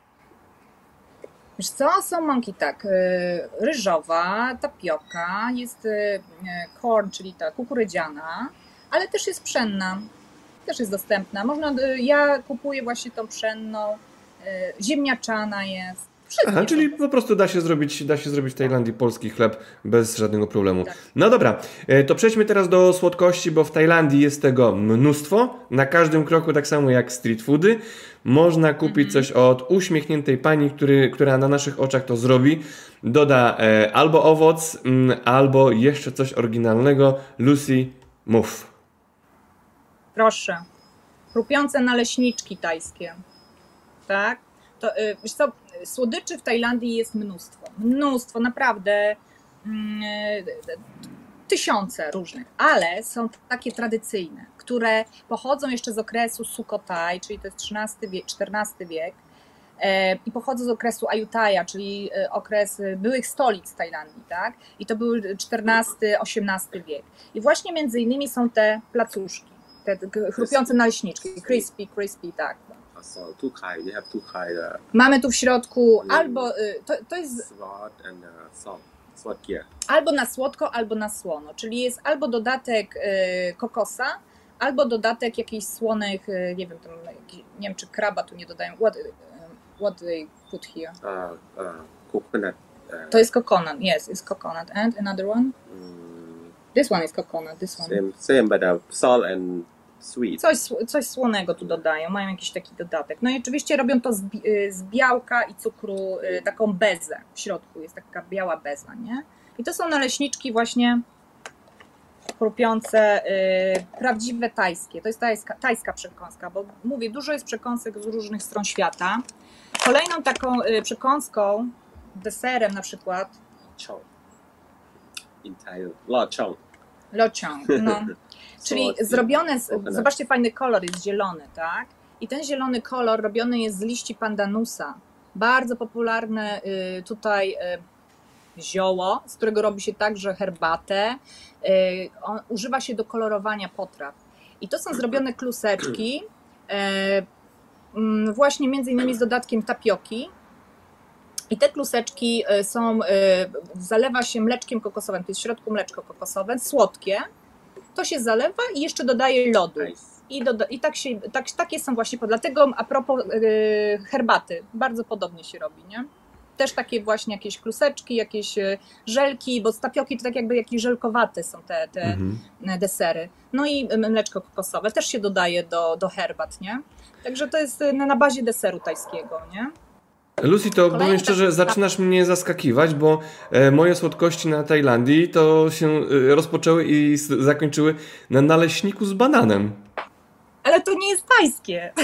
Wiesz co, są mąki tak, ryżowa, tapioka, jest corn, czyli ta kukurydziana, ale też jest pszenna, też jest dostępna. Można, ja kupuję właśnie tą pszenną, ziemniaczana jest. Aha, czyli po prostu da się zrobić, da się zrobić w Tajlandii polski chleb bez żadnego problemu. Tak. No dobra, to przejdźmy teraz do słodkości, bo w Tajlandii jest tego mnóstwo. Na każdym kroku, tak samo jak street foody, można kupić mm-hmm. coś od uśmiechniętej pani, który, która na naszych oczach to zrobi. Doda e, albo owoc, m, albo jeszcze coś oryginalnego. Lucy, mów. Proszę. Chrupiące naleśniczki tajskie. Tak? To, wiesz co, słodyczy w Tajlandii jest mnóstwo, mnóstwo, naprawdę mm, tysiące różnych, ale są takie tradycyjne, które pochodzą jeszcze z okresu Sukhothai, czyli to jest trzynasty wiek, czternasty wiek e, i pochodzą z okresu Ayutthaya, czyli okres byłych stolic Tajlandii, tak? I to był czternasty, osiemnasty wiek. I właśnie między innymi są te placuszki, te chrupiące naleśniczki, crispy, crispy, tak. Mamy tu w środku albo to, to jest albo na słodko, albo na słono, czyli jest albo dodatek kokosa, albo dodatek jakichś słonych, nie wiem, tam, nie wiem czy kraba tu nie dodają. What, what do they put here? Uh, uh, coconut. Uh, to jest coconut, yes, it's coconut. And another one? Um, this one is coconut, this one. Same, same but uh, salt and sweet. Coś, coś słonego tu dodają, mają jakiś taki dodatek. No i oczywiście robią to z, z białka i cukru, taką bezę w środku, jest taka biała beza, nie? I to są naleśniczki właśnie chrupiące, yy, prawdziwe tajskie. To jest tajska, tajska przekąska, bo mówię, dużo jest przekąsek z różnych stron świata. Kolejną taką yy, przekąską, deserem na przykład. Chong. In Thai, lo chong. Lo chong, no. Czyli zrobione, z, zobaczcie, fajny kolor, jest zielony, tak? I ten zielony kolor robiony jest z liści pandanusa. Bardzo popularne y, tutaj y, zioło, z którego robi się także herbatę. Y, on używa się do kolorowania potraw. I to są zrobione kluseczki, y, y, właśnie między innymi z dodatkiem tapioki. I te kluseczki są, y, zalewa się mleczkiem kokosowym, to jest w środku mleczko kokosowe, słodkie. To się zalewa i jeszcze dodaje lodu. I, doda- i tak się, tak, takie są właśnie, dlatego a propos yy, herbaty, bardzo podobnie się robi, nie? Też takie właśnie jakieś kluseczki, jakieś żelki, bo z tapioki to tak jakby jakieś żelkowate są te, te mhm. desery. No i mleczko kokosowe też się dodaje do, do herbat, nie? Także to jest na bazie deseru tajskiego, nie? Lucy, to Kolejny powiem szczerze, tak... zaczynasz mnie zaskakiwać, bo e, moje słodkości na Tajlandii to się e, rozpoczęły i s- zakończyły na naleśniku z bananem. Ale to nie jest tajskie.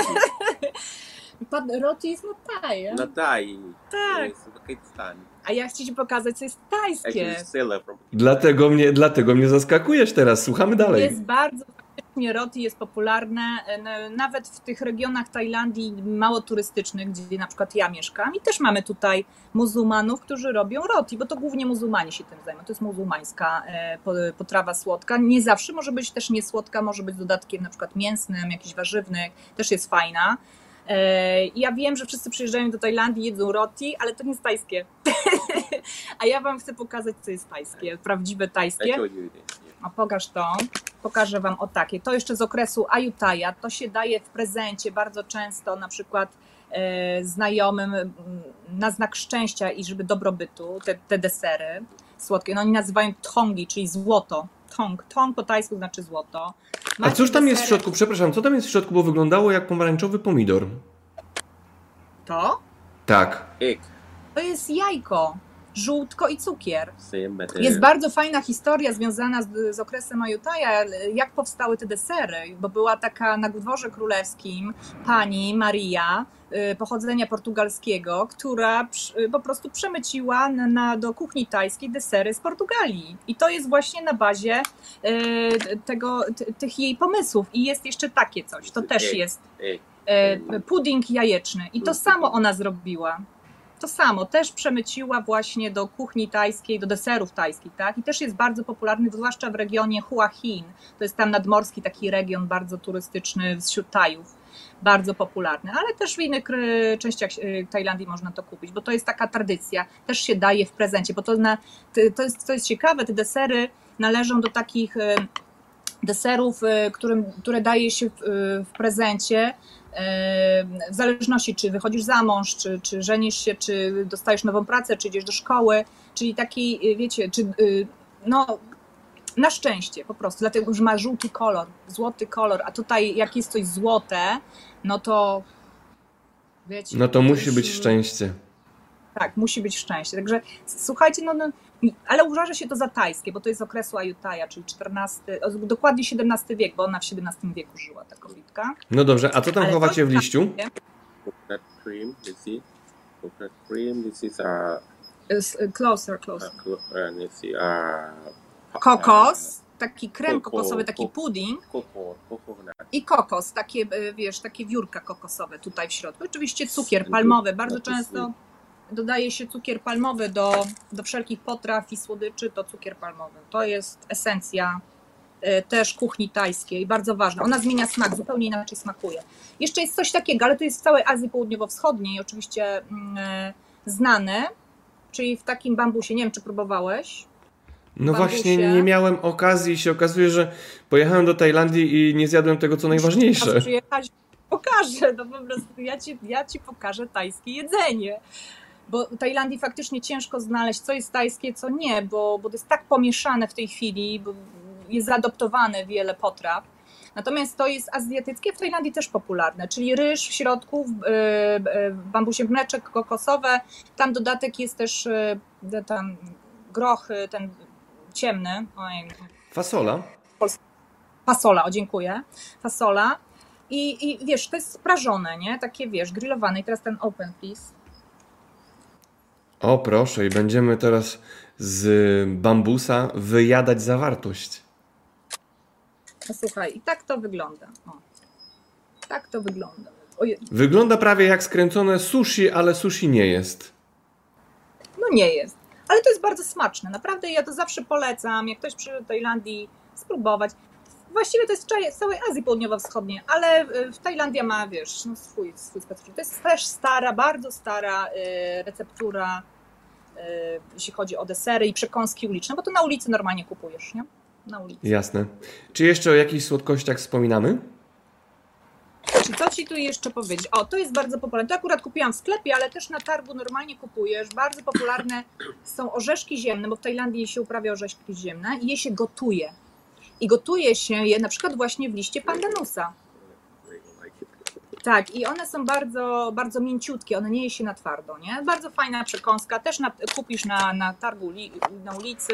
Pan roti jest na Thai. Na Thai. Tak. A ja chcę ci pokazać, co jest tajskie. Dlatego mnie, dlatego mnie zaskakujesz teraz. Słuchamy dalej. Jest bardzo faktycznie, roti jest popularne nawet w tych regionach Tajlandii mało turystycznych, gdzie na przykład ja mieszkam i też mamy tutaj muzułmanów, którzy robią roti, bo to głównie muzułmani się tym zajmują. To jest muzułmańska potrawa słodka. Nie zawsze może być też niesłodka, może być z dodatkiem na przykład mięsnym, jakichś warzywnych, też jest fajna. Ja wiem, że wszyscy przyjeżdżają do Tajlandii, jedzą roti, ale to nie jest tajskie. A ja wam chcę pokazać, co jest tajskie, prawdziwe tajskie. A pokaż to, pokażę wam o takie. To jeszcze z okresu Ayutthaya, to się daje w prezencie bardzo często, na przykład e, znajomym na znak szczęścia i żeby dobrobytu, te, te desery słodkie. No oni nazywają thongi, czyli złoto. tong. Tong po tajsku znaczy złoto. A Macie cóż tam jest w desery- środku? Przepraszam, co tam jest w środku, bo wyglądało jak pomarańczowy pomidor. To? Tak. Egg, To jest jajko, żółtko i cukier. same matter. Jest bardzo fajna historia związana z, z okresem Ayutthaya, jak powstały te desery, bo była taka na dworze królewskim pani Maria, y, pochodzenia portugalskiego, która przy- y, po prostu przemyciła na, na, do kuchni tajskiej desery z Portugalii. I to jest właśnie na bazie y, tego, t, tych jej pomysłów. I jest jeszcze takie coś, to też jest Egg. y, pudding jajeczny. I to samo ona zrobiła. To samo, też przemyciła właśnie do kuchni tajskiej, do deserów tajskich, tak? I też jest bardzo popularny, zwłaszcza w regionie Hua Hin. To jest tam nadmorski taki region bardzo turystyczny wśród Tajów. Bardzo popularny, ale też w innych y, częściach y, Tajlandii można to kupić, bo to jest taka tradycja, też się daje w prezencie, bo to, na, ty- to, jest, to jest ciekawe, te desery należą do takich y, deserów, y, którym, które daje się w, y, w prezencie, w zależności czy wychodzisz za mąż, czy, czy żenisz się, czy dostajesz nową pracę, czy idziesz do szkoły, czyli taki, wiecie, czy no na szczęście po prostu, dlatego że ma żółty kolor, złoty kolor, a tutaj jak jest coś złote, no to wiecie. No to musi już- być szczęście. Tak, musi być szczęście. Także słuchajcie, no, no ale uważa się to za tajskie, bo to jest z okresu Ayutthaya, czyli czternasty, o, dokładnie siedemnasty wiek, bo ona w siedemnastym wieku żyła, ta kobitka. No dobrze, a co tam Ale to chowacie w jest liściu? Coconut cream, this is coconut cream, this is a, S- Closer, closer. a clo- and this is a Kokos, taki krem Koko- kokosowy, taki koko- pudding coco, coconut. i kokos, takie, y, wiesz, takie wiórka kokosowe tutaj w środku. Oczywiście cukier palmowy, bardzo często dodaje się cukier palmowy do, do wszelkich potraw i słodyczy, to cukier palmowy. To jest esencja y, też kuchni tajskiej, bardzo ważna. Ona zmienia smak, zupełnie inaczej smakuje. Jeszcze jest coś takiego, ale to jest w całej Azji Południowo-Wschodniej, oczywiście mm, y, znane, czyli w takim bambusie, nie wiem czy próbowałeś. No Bambusie. właśnie, nie miałem okazji i się okazuje, że pojechałem do Tajlandii i nie zjadłem tego, co najważniejsze. Raz przyjechać, pokażę, no po prostu ja ci, ja ci pokażę tajskie jedzenie. Bo w Tajlandii faktycznie ciężko znaleźć, co jest tajskie, co nie, bo, bo to jest tak pomieszane w tej chwili, bo jest zaadoptowane wiele potraw. Natomiast to jest azjatyckie, w Tajlandii też popularne, czyli ryż w środku, w, w bambusie mleczek kokosowe, tam dodatek jest też y, tam grochy, ten ciemny, ojej, Fasola? fasola, o dziękuję, fasola i, i wiesz, to jest prażone, nie? Takie wiesz, grillowane i teraz ten open please. O proszę, i będziemy teraz z bambusa wyjadać zawartość. No słuchaj, i tak to wygląda. O. Tak to wygląda. Oje, Wygląda prawie jak skręcone sushi, ale sushi nie jest. no nie jest, ale to jest bardzo smaczne. Naprawdę ja to zawsze polecam, jak ktoś przyjedzie do Tajlandii, spróbować. Właściwie to jest z całej Azji Południowo-Wschodniej, ale w Tajlandia ma, wiesz, no swój, swój specyficzny. To jest też stara, bardzo stara y, receptura, y, jeśli chodzi o desery i przekąski uliczne, bo to na ulicy normalnie kupujesz, nie? Na ulicy. Jasne. Czy jeszcze o jakichś słodkościach wspominamy? Czy co ci tu jeszcze powiedzieć? O, to jest bardzo popularne. To akurat kupiłam w sklepie, ale też na targu normalnie kupujesz. Bardzo popularne są orzeszki ziemne, bo w Tajlandii się uprawia orzeszki ziemne i je się gotuje. I gotuje się je na przykład właśnie w liście pandanusa. Tak, i one są bardzo, bardzo mięciutkie, one nie je się na twardo, nie? Bardzo fajna przekąska, też na, kupisz na, na targu li, na ulicy.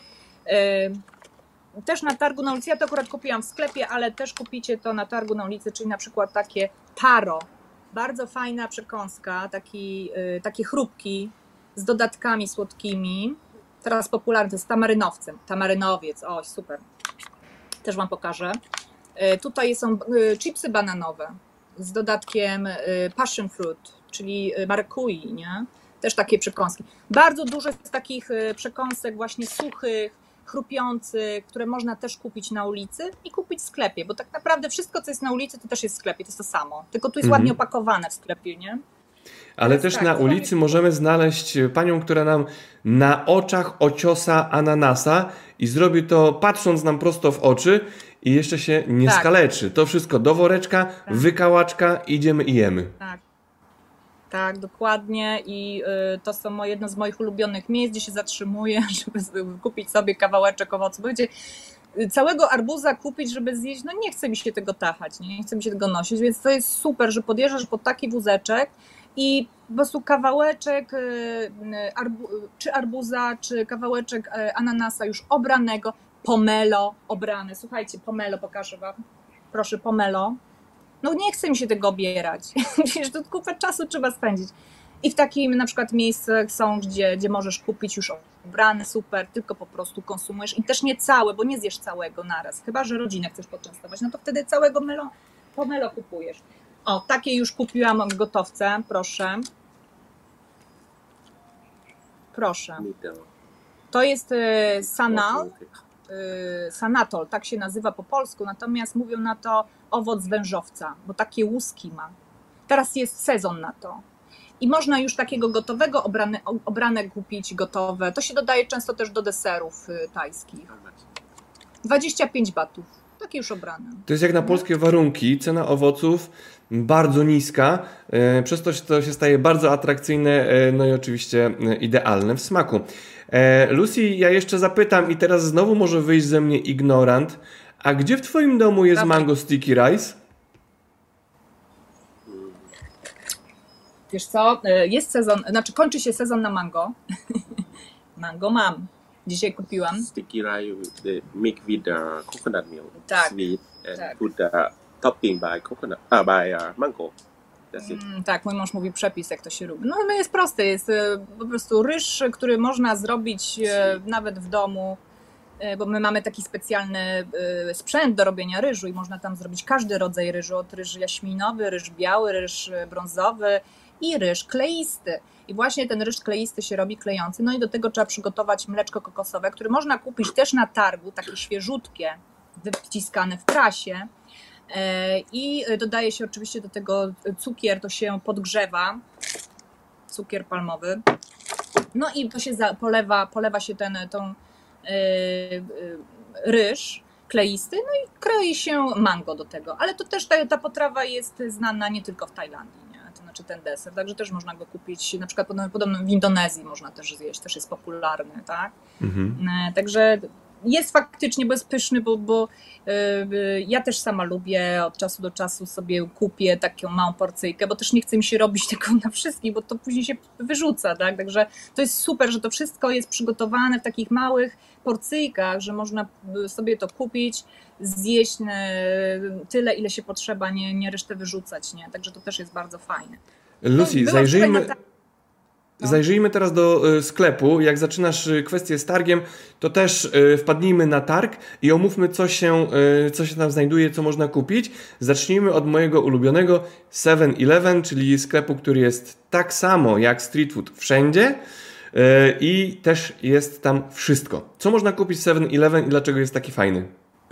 Yy, też na targu na ulicy, ja to akurat kupiłam w sklepie, ale też kupicie to na targu na ulicy, czyli na przykład takie taro. Bardzo fajna przekąska, taki, yy, takie chrupki z dodatkami słodkimi. Teraz popularny to jest tamarynowcem, tamarynowiec, o super. Też wam pokażę. Yy, tutaj są yy, chipsy bananowe z dodatkiem yy, passion fruit, czyli yy, markui, nie? Też takie przekąski. Bardzo dużo jest takich yy, przekąsek właśnie suchych, chrupiących, które można też kupić na ulicy i kupić w sklepie, bo tak naprawdę wszystko, co jest na ulicy, to też jest w sklepie, to jest to samo. Tylko tu jest Mhm. ładnie opakowane w sklepie, nie? Ale Teraz też tak, na to ulicy możemy znaleźć panią, która nam na oczach ociosa ananasa i zrobi to patrząc nam prosto w oczy i jeszcze się nie Tak. skaleczy. To wszystko do woreczka, wykałaczka, idziemy i jemy. Tak. Tak, dokładnie i y, to są moje, jedno z moich ulubionych miejsc, gdzie się zatrzymuję, żeby kupić sobie kawałeczek owoców. Bo wiecie, całego arbuza kupić, żeby zjeść, no nie chce mi się tego tachać, nie, nie chce mi się tego nosić, więc to jest super, że podjeżdżasz pod taki wózeczek i po prostu kawałeczek arbu, czy arbuza, czy kawałeczek ananasa już obranego, pomelo obrane. Słuchajcie, pomelo pokażę wam. Proszę, pomelo. No nie chce mi się tego obierać. Wiesz, to kupę czasu trzeba spędzić. I w takim na przykład miejscach są, gdzie, gdzie możesz kupić już obrane, super, tylko po prostu konsumujesz i też nie całe, bo nie zjesz całego naraz, chyba że rodzinę chcesz poczęstować, no to wtedy całego melo, pomelo kupujesz. O, takie już kupiłam w gotowce, proszę. Proszę. To jest y, sanal, y, sanatol, tak się nazywa po polsku, natomiast mówią na to owoc wężowca, bo takie łuski ma. Teraz jest sezon na to. I można już takiego gotowego obrane, obrane kupić, gotowe. To się dodaje często też do deserów y, tajskich. dwadzieścia pięć batów, takie już obrane. To jest jak na polskie warunki, cena owoców bardzo niska, e, przez to to się staje bardzo atrakcyjne, e, no i oczywiście e, idealne w smaku. E, Lucy, ja jeszcze zapytam i teraz znowu może wyjść ze mnie ignorant, a gdzie w twoim domu jest Dobra. mango sticky rice? Wiesz co, jest sezon, znaczy kończy się sezon na mango. Mango mam. Dzisiaj kupiłam. Sticky rice they make with the coconut milk, Tak, sweet, and tak. put the topping by coconut, uh, by uh, mango. That's it. Mm, tak, mój mąż mówi przepis, jak to się robi. No ale jest prosty, jest e, po prostu ryż, który można zrobić e, nawet w domu, e, bo my mamy taki specjalny e, sprzęt do robienia ryżu i można tam zrobić każdy rodzaj ryżu, od ryż jaśminowy, ryż biały, ryż brązowy i ryż kleisty. I właśnie ten ryż kleisty się robi klejący, no i do tego trzeba przygotować mleczko kokosowe, które można kupić też na targu, takie świeżutkie, wyciskane w prasie. I dodaje się oczywiście do tego cukier, to się podgrzewa, cukier palmowy. No i to się polewa, polewa się ten tą, yy, yy, ryż kleisty, no i kroi się mango do tego. Ale to też ta, ta potrawa jest znana nie tylko w Tajlandii, nie? To znaczy ten deser, także też można go kupić, na przykład podobno w Indonezji można też zjeść, też jest popularny, tak? Mhm. Także jest faktycznie, bo jest pyszny, bo, bo yy, ja też sama lubię od czasu do czasu sobie kupię taką małą porcyjkę, bo też nie chce mi się robić tego na wszystkich, bo to później się wyrzuca, tak? Także to jest super, że to wszystko jest przygotowane w takich małych porcyjkach, że można sobie to kupić, zjeść tyle, ile się potrzeba, nie, nie resztę wyrzucać, nie? Także to też jest bardzo fajne. Lucy, no, zajrzyjmy... No. Zajrzyjmy teraz do y, sklepu. Jak zaczynasz y, kwestię z targiem, to też y, wpadnijmy na targ i omówmy, co się, y, co się tam znajduje, co można kupić. Zacznijmy od mojego ulubionego seven eleven, czyli sklepu, który jest tak samo jak street food wszędzie y, i też jest tam wszystko. Co można kupić w seven eleven i dlaczego jest taki fajny?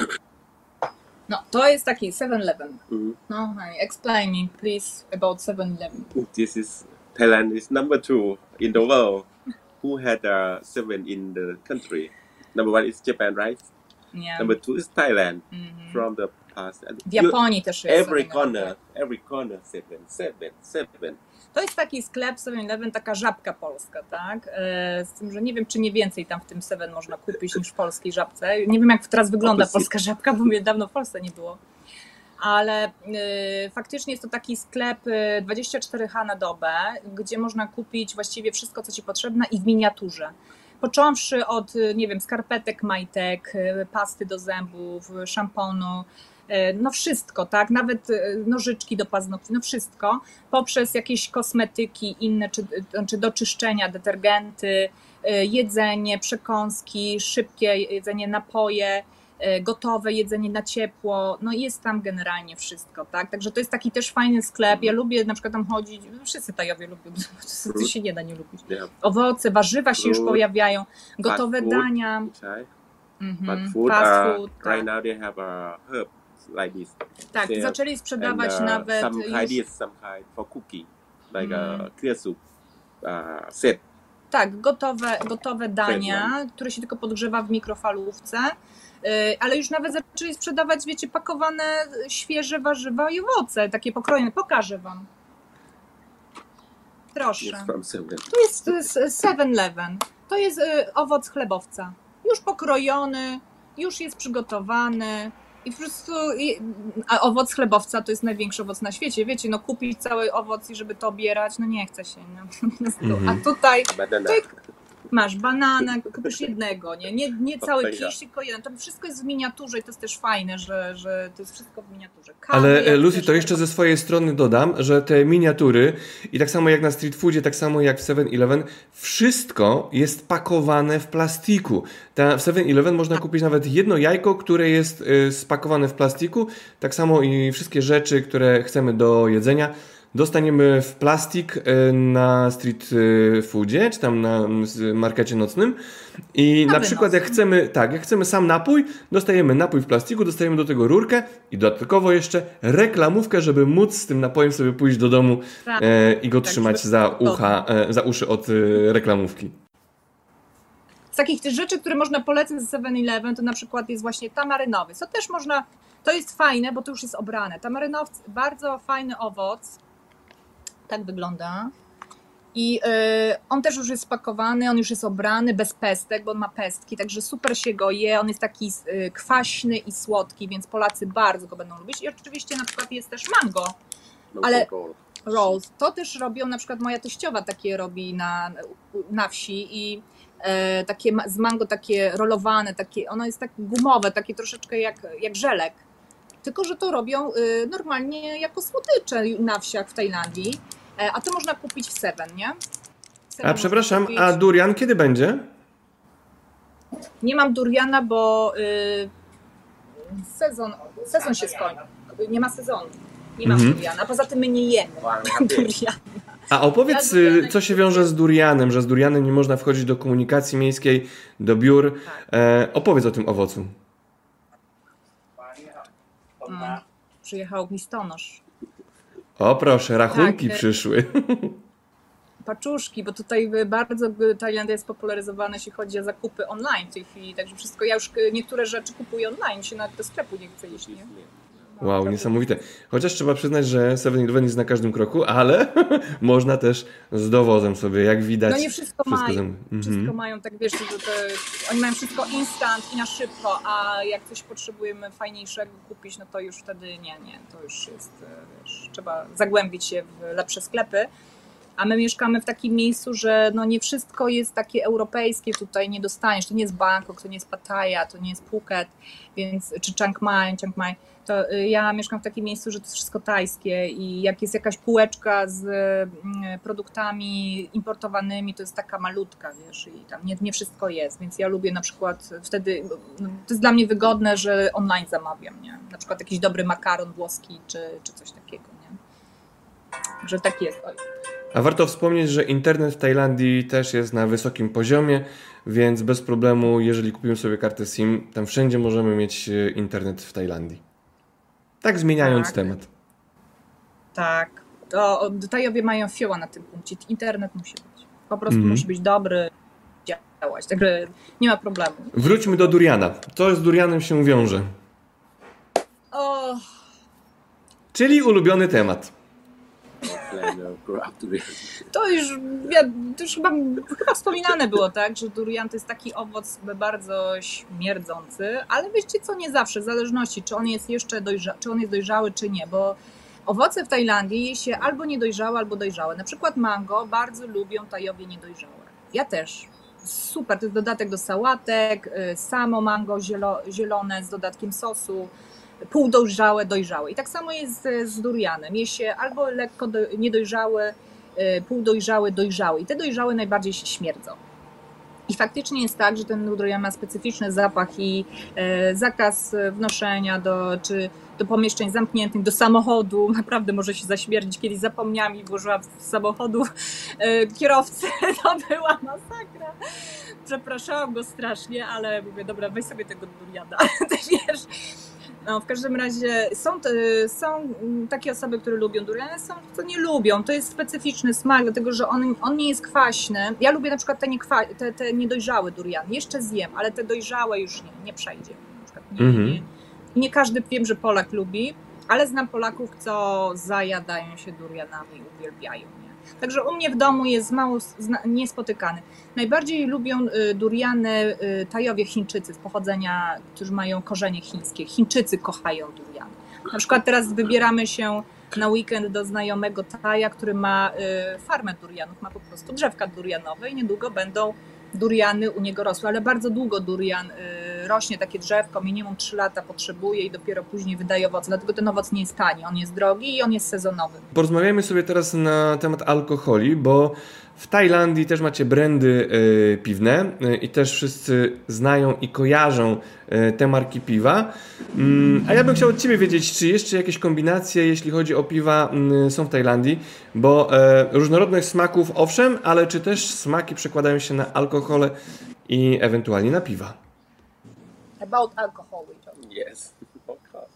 No, to jest taki seven eleven. Mm-hmm. No, explain me, please, about seven eleven. This is Thailand is number two in the world. Who had uh, seven in the country? Number one is Japan, right? Yeah. Number two is Thailand. Mm-hmm. From the past. W Japonii też jest. Every corner, every corner seven, seven, seven. To jest taki sklep seven eleven, taka żabka polska, tak? Z tym, że nie wiem, czy nie więcej tam w tym Seven można kupić niż w polskiej żabce. Nie wiem, jak teraz wygląda polska żabka, bo mnie dawno w Polsce nie było. Ale y, faktycznie jest to taki sklep dwadzieścia cztery H na dobę, gdzie można kupić właściwie wszystko, co ci potrzebne i w miniaturze. Począwszy od, nie wiem, skarpetek, majtek, pasty do zębów, szamponu, no wszystko, tak, nawet nożyczki do paznokci, no wszystko, poprzez jakieś kosmetyki inne, czy, czy do czyszczenia, detergenty, jedzenie, przekąski, szybkie jedzenie, napoje, gotowe jedzenie na ciepło, no jest tam generalnie wszystko, tak, także to jest taki też fajny sklep, ja lubię na przykład tam chodzić, wszyscy Tajowie lubią, to się nie da nie lubić, owoce, warzywa się już pojawiają, gotowe dania, fast food, fast food, right now they have a herb like this. Tak, yeah. Zaczęli sprzedawać and, uh, nawet some kind is some kind for cooking, like mm. a clear soup uh, set. Tak, gotowe, gotowe dania, które się tylko podgrzewa w mikrofalówce, ale już nawet zaczęli sprzedawać, wiecie, pakowane świeże warzywa i owoce, takie pokrojone. Pokażę wam. Proszę. To jest seven eleven. To jest owoc chlebowca. Już pokrojony, już jest przygotowany i po prostu, i, a owoc chlebowca to jest największy owoc na świecie, wiecie, no kupić cały owoc i żeby to obierać, no nie chce się, no. Mhm. A tutaj Banana. ty masz banana, kupisz jednego, nie, nie, nie cały Papaya. kiś, tylko jeden, to wszystko jest w miniaturze i to jest też fajne, że, że to jest wszystko w miniaturze. Kawy, Ale jak Lucy, też to jeszcze ze swojej strony dodam, że te miniatury i tak samo jak na street foodzie, tak samo jak w seven eleven, wszystko jest pakowane w plastiku. Ta, w seven eleven można kupić nawet jedno jajko, które jest y, spakowane w plastiku, tak samo i wszystkie rzeczy, które chcemy do jedzenia, dostaniemy w plastik y, na street y, foodzie, czy tam na y, markecie nocnym i na, Na przykład jak wynos. chcemy, tak, jak chcemy sam napój, dostajemy napój w plastiku, dostajemy do tego rurkę i dodatkowo jeszcze reklamówkę, żeby móc z tym napojem sobie pójść do domu Tak. e, i go Tak, trzymać żeby- za ucha, e, za uszy od e, reklamówki. Z takich tych rzeczy, które można polecić z seven eleven, to na przykład jest właśnie tamarynowy. Co też można, to jest fajne, bo to już jest obrane. Tamarynowy, bardzo fajny owoc. Tak wygląda. I y, on też już jest spakowany, on już jest obrany, bez pestek, bo on ma pestki, także super się go je. On jest taki y, kwaśny i słodki, więc Polacy bardzo go będą lubić. I oczywiście na przykład jest też mango. Ale- Roll. Rolls. To też robią, na przykład moja teściowa takie robi na, na wsi i e, takie ma- z mango takie rolowane, takie, ono jest tak gumowe, takie troszeczkę jak, jak żelek. Tylko że to robią y, normalnie jako słodycze na wsiach w Tajlandii. E, a to można kupić w Seven, nie? W Seven A można przepraszam, kupić. a durian kiedy będzie? Nie mam duriana, bo y, sezon, sezon się skończył. Nie ma sezonu. Nie mam Mhm. duriana. Poza tym my nie jemy duriana. A opowiedz, Ja durianek y, co się wiąże z durianem, że z durianem nie można wchodzić do komunikacji miejskiej, do biur. E, opowiedz o tym owocu. Mm. Przyjechał listonosz. O proszę, rachunki Tak, e- przyszły. Paczuszki, bo tutaj bardzo Tajlandia jest popularyzowana, jeśli chodzi o zakupy online w tej chwili, także wszystko, ja już niektóre rzeczy kupuję online, się nawet do sklepu nie chcę iść, nie? No, Wow, prawda. niesamowite. Chociaż trzeba przyznać, że seven eleven jest na każdym kroku, ale można też z dowozem sobie, jak widać. No nie wszystko, wszystko mają, zam- Mhm. wszystko mają, tak wiesz, że to, oni mają wszystko instant i na szybko, a jak coś potrzebujemy fajniejszego kupić, no to już wtedy nie, nie, to już jest, wiesz, trzeba zagłębić się w lepsze sklepy. A my mieszkamy w takim miejscu, że no nie wszystko jest takie europejskie, tutaj nie dostaniesz. To nie jest Bangkok, to nie jest Pattaya, to nie jest Phuket, więc, czy Chiang Mai, Chiang Mai. To y, ja mieszkam w takim miejscu, że to jest wszystko tajskie i jak jest jakaś półeczka z y, produktami importowanymi, to jest taka malutka, wiesz, i tam nie, nie wszystko jest, więc ja lubię na przykład wtedy, no, to jest dla mnie wygodne, że online zamawiam, nie? Na przykład jakiś dobry makaron włoski, czy, czy coś takiego, nie? Że tak jest. Oj. A warto wspomnieć, że internet w Tajlandii też jest na wysokim poziomie, więc bez problemu, jeżeli kupimy sobie kartę SIM, tam wszędzie możemy mieć e, internet w Tajlandii. Tak zmieniając Tak. temat. Tak, to Tajowie mają fioła na tym punkcie. Internet musi być. Po prostu Mhm. musi być dobry, działać. Także nie ma problemu. Wróćmy do duriana. Co z durianem się wiąże? O, Czyli ulubiony temat. Plan uh, grow up to be. to już, wi- to już chyba, chyba wspominane było, tak, że durian to jest taki owoc bardzo śmierdzący, ale wiecie co, nie zawsze, w zależności, czy on jest jeszcze dojrzały, czy on jest dojrzały, czy nie, bo owoce w Tajlandii je się albo niedojrzałe, albo dojrzałe. Na przykład mango bardzo lubią Tajowie niedojrzałe. Ja też. Super, to jest dodatek do sałatek, y, samo mango zielo, zielone z dodatkiem sosu, półdojrzałe, dojrzałe. I tak samo jest z, z durianem. Je się albo lekko do, niedojrzałe, y, półdojrzałe, dojrzałe. I te dojrzałe najbardziej się śmierdzą. I faktycznie jest tak, że ten durian ma specyficzny zapach i y, zakaz wnoszenia do, czy do pomieszczeń zamkniętych, do samochodu. Naprawdę może się zaśmierdzić. Kiedyś zapomniałam i włożyłam z samochodu y, kierowcę. To była masakra. Przepraszałam go strasznie, ale mówię, dobra, weź sobie tego duriana. Ty wiesz. No, w każdym razie są, te, są takie osoby, które lubią durian, są, co nie lubią. To jest specyficzny smak, dlatego że on, on nie jest kwaśny. Ja lubię na przykład te, niekwa, te, te niedojrzałe duriany. Jeszcze zjem, ale te dojrzałe już nie, nie przejdzie. Na przykład nie, Mhm. nie, nie każdy, wiem, że Polak lubi, ale znam Polaków, co zajadają się durianami, uwielbiają. Nie? Także u mnie w domu jest mało niespotykany. Najbardziej lubią duriany Tajowie Chińczycy z pochodzenia, którzy mają korzenie chińskie. Chińczycy kochają duriany. Na przykład teraz wybieramy się na weekend do znajomego Taja, który ma farmę durianów, ma po prostu drzewka durianowe i niedługo będą duriany u niego rosły, ale bardzo długo durian rośnie, takie drzewko, minimum trzy lata potrzebuje i dopiero później wydaje owoce, dlatego ten owoc nie jest tani, on jest drogi i on jest sezonowy. Porozmawiajmy sobie teraz na temat alkoholi, bo w Tajlandii też macie brandy y, piwne y, i też wszyscy znają i kojarzą y, te marki piwa. Mm, a ja bym chciał od Ciebie wiedzieć, czy jeszcze jakieś kombinacje, jeśli chodzi o piwa, y, są w Tajlandii, bo y, różnorodność smaków owszem, ale czy też smaki przekładają się na alkohole i ewentualnie na piwa? About alcohol. Yes, of course.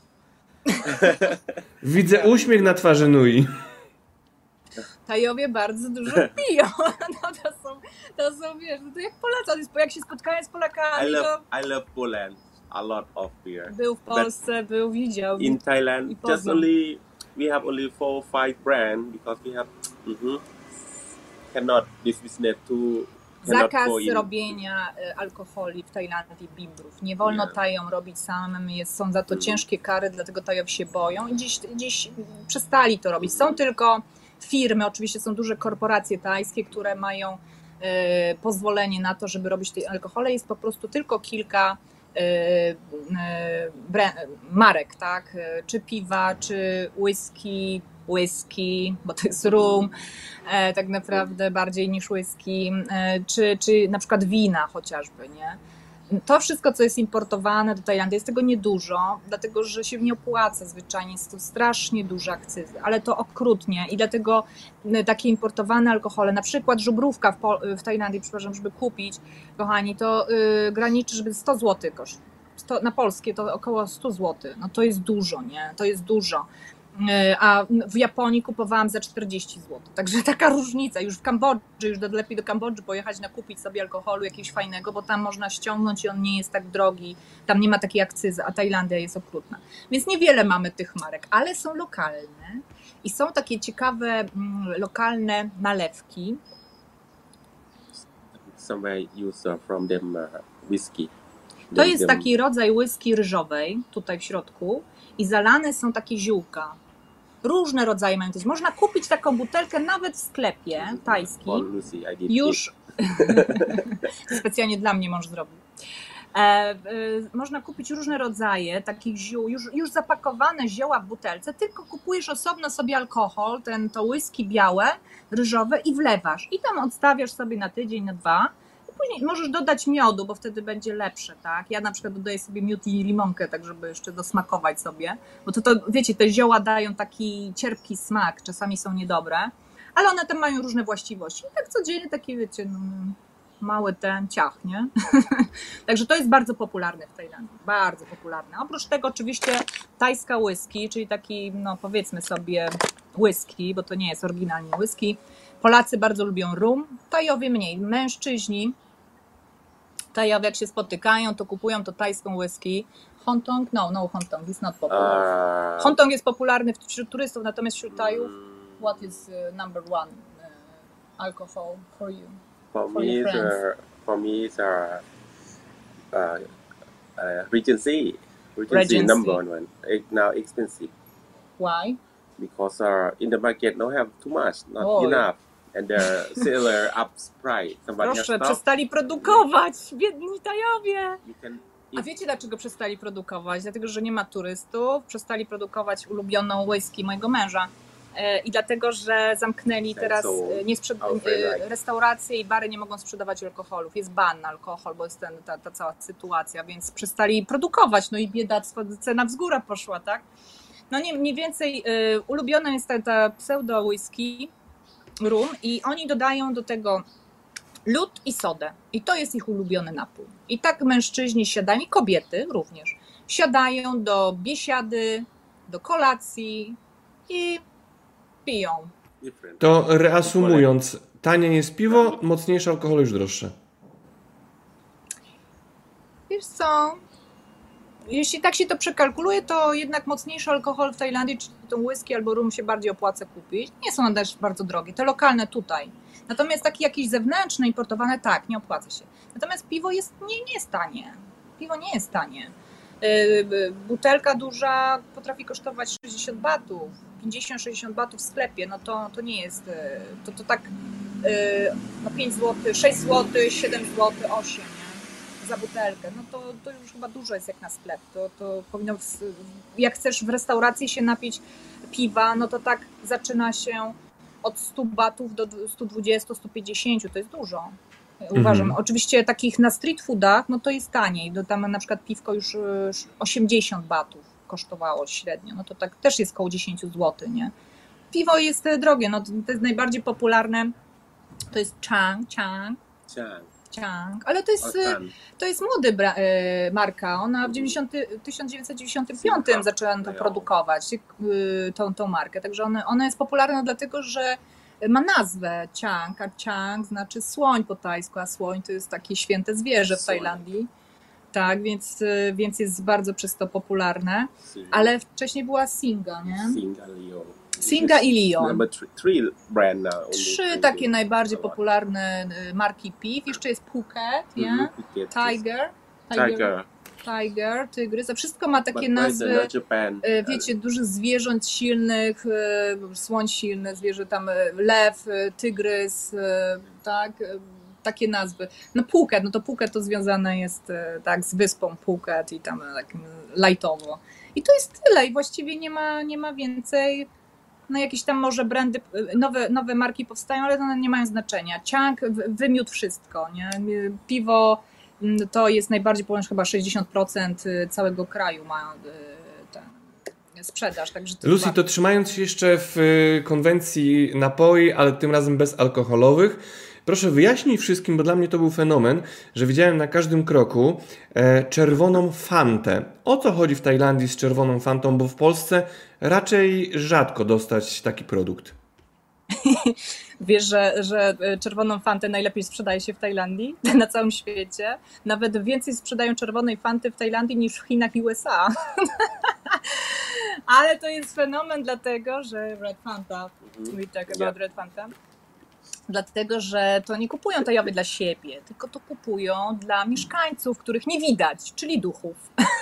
Widzę uśmiech na twarzy Nui. Tajowie bardzo dużo piją. No to są, to są, wiesz, no to jak Polacy, jak się spotkają z Polakami, I love, to... I love Poland. A lot of beer. Był w Polsce, był, widział. In Thailand, poznał. just only we have only four, five brands because we have mm-hmm, cannot this business to Zakaz robienia alkoholi w Tajlandii, bimbrów. Nie wolno Yeah. Tajom robić samym, jest, są za to ciężkie kary, dlatego Tajowie się boją i dziś, dziś przestali to robić. Są tylko firmy, oczywiście są duże korporacje tajskie, które mają e, pozwolenie na to, żeby robić te alkohole. Jest po prostu tylko kilka e, e, bre, marek, tak? Czy piwa, czy whisky, whisky, bo to jest rum, e, tak naprawdę bardziej niż whisky, e, czy, czy na przykład wina chociażby, nie? To wszystko, co jest importowane do Tajlandii, jest tego niedużo, dlatego że się nie opłaca zwyczajnie, jest to strasznie duże akcyzy, ale to okrutnie i dlatego takie importowane alkohole, na przykład żubrówka w, Pol- w Tajlandii, przepraszam, żeby kupić, kochani, to yy, graniczy, żeby sto złotych koszt. sto, na polskie to około sto złotych, no to jest dużo, nie? To jest dużo. A w Japonii kupowałam za czterdzieści złotych. Także taka różnica. Już w Kambodży, już do, lepiej do Kambodży pojechać, nakupić sobie alkoholu jakiegoś fajnego, bo tam można ściągnąć i on nie jest tak drogi. Tam nie ma takiej akcyzy, a Tajlandia jest okrutna. Więc niewiele mamy tych marek, ale są lokalne i są takie ciekawe mm, lokalne nalewki. Somewhere use uh, from them uh, whiskey. To jest taki rodzaj whisky ryżowej, tutaj w środku, i zalane są takie ziółka. Różne rodzaje mają. Można kupić taką butelkę nawet w sklepie tajskim. Już specjalnie dla mnie mąż zrobił. E, e, można kupić różne rodzaje takich ziół, już, już zapakowane zioła w butelce, tylko kupujesz osobno sobie alkohol, ten to whisky białe, ryżowe i wlewasz. I tam odstawiasz sobie na tydzień, na dwa. Później możesz dodać miodu, bo wtedy będzie lepsze, tak? Ja na przykład dodaję sobie miód i limonkę, tak żeby jeszcze dosmakować sobie, bo to, to wiecie, te zioła dają taki cierpki smak, czasami są niedobre, ale one tam mają różne właściwości. I tak codziennie taki, wiecie, no, mały ten ciach, nie? Także to jest bardzo popularne w Tajlandii, bardzo popularne. Oprócz tego oczywiście tajska whisky, czyli taki, no powiedzmy sobie whisky, bo to nie jest oryginalnie whisky. Polacy bardzo lubią rum, Tajowie mniej. Mężczyźni Tajowie jak się spotykają, to kupują to tajską whisky. Hongtong? No, no Hongtong, it's not popular. Uh, Hongtong jest popularny wśród turystów, natomiast wśród Tajów, what is uh, number one uh, alcohol for you? For, For me, your it's, friends. uh, for me, it's uh, uh, uh, Regency. Regency, Regency. number one. It's now expensive Why? because uh, in the market don't have too much, not Oh, enough, and the seller ups price. Somebody has Proszę, stopped. przestali produkować, biedni Tajowie. You can, A wiecie dlaczego przestali produkować? Dlatego, że nie ma turystów, przestali produkować ulubioną whisky mojego męża. I dlatego, że zamknęli teraz nie sprzed... restauracje i bary nie mogą sprzedawać alkoholów. Jest ban na alkohol, bo jest ten, ta, ta cała sytuacja, więc przestali produkować. No i biedactwo, cena wzgóra poszła, tak? No nie, mniej więcej y, ulubiona jest ta, ta pseudo whisky rum i oni dodają do tego lód i sodę. I to jest ich ulubiony napój. I tak mężczyźni siadają, i kobiety również, siadają do biesiady, do kolacji i piją. different. To reasumując, tanie jest piwo, mocniejsze alkohole już droższe. Wiesz co? jeśli tak się to przekalkuluje, to jednak mocniejszy alkohol w Tajlandii, czy to whisky albo rum się bardziej opłaca kupić. Nie są one też bardzo drogie, te lokalne tutaj. Natomiast takie jakieś zewnętrzne, importowane, tak, nie opłaca się. Natomiast piwo jest, nie, nie jest tanie. Piwo nie jest tanie. Yy, butelka duża potrafi kosztować sześćdziesiąt batów, pięćdziesiąt sześćdziesiąt batów w sklepie, no to, to nie jest, to, to tak yy, no pięć złotych, sześć złotych, siedem złotych, osiem, nie? Za butelkę, no to, to już chyba dużo jest jak na sklep. To, to powinno, w, jak chcesz w restauracji się napić piwa, no to tak zaczyna się od stu batów do stu dwudziestu, stu pięćdziesięciu, to jest dużo. Uważam. Mhm. Oczywiście takich na street foodach, no to jest taniej. Do tam na przykład piwko już osiemdziesiąt batów kosztowało średnio, no to tak też jest koło dziesięć złotych, nie? Piwo jest drogie, no to jest najbardziej popularne, to jest Chang, Chang, Chang. Chang, ale to jest, to jest młody bra- marka, ona w tysiąc dziewięćset dziewięćdziesiątym piątym zaczęła to produkować, tą, tą markę, także ona, ona jest popularna dlatego, że ma nazwę Chang, a Chang znaczy słoń po tajsku, a słoń to jest takie święte zwierzę w Tajlandii. Tak, więc, więc jest bardzo przez to popularne. Ale wcześniej była Singa, nie? Singa, Leon. Singa i Leon. Number three brand now. Trzy takie najbardziej popularne marki piw. Jeszcze jest Phuket, nie? Tiger. Tiger. Tiger, tygrys, a wszystko ma takie nazwy, wiecie, dużych zwierząt silnych, słoń silny, zwierzę tam, lew, tygrys, tak, takie nazwy. No Phuket, no to Phuket to związane jest tak z wyspą Phuket i tam tak lightowo. I to jest tyle i właściwie nie ma, nie ma więcej, no jakieś tam może brandy, nowe, nowe marki powstają, ale one nie mają znaczenia. Chang wymiótł wszystko, nie? Piwo to jest najbardziej, powiem, chyba sześćdziesiąt procent całego kraju ma ten sprzedaż. Także to Lucy, chyba... to trzymając się jeszcze w konwencji napoi, ale tym razem bezalkoholowych, proszę wyjaśnij wszystkim, bo dla mnie to był fenomen, że widziałem na każdym kroku e, czerwoną fantę. O co chodzi w Tajlandii z czerwoną fantą, bo w Polsce raczej rzadko dostać taki produkt. Wiesz, że, że czerwoną fantę najlepiej sprzedaje się w Tajlandii, na całym świecie. Nawet więcej sprzedają czerwonej fanty w Tajlandii niż w Chinach i U S A. Ale to jest fenomen dlatego, że Red Fanta, we talk about Red Fanta, dlatego, że to nie kupują Tajowie dla siebie, tylko to kupują dla mieszkańców, których nie widać, czyli duchów.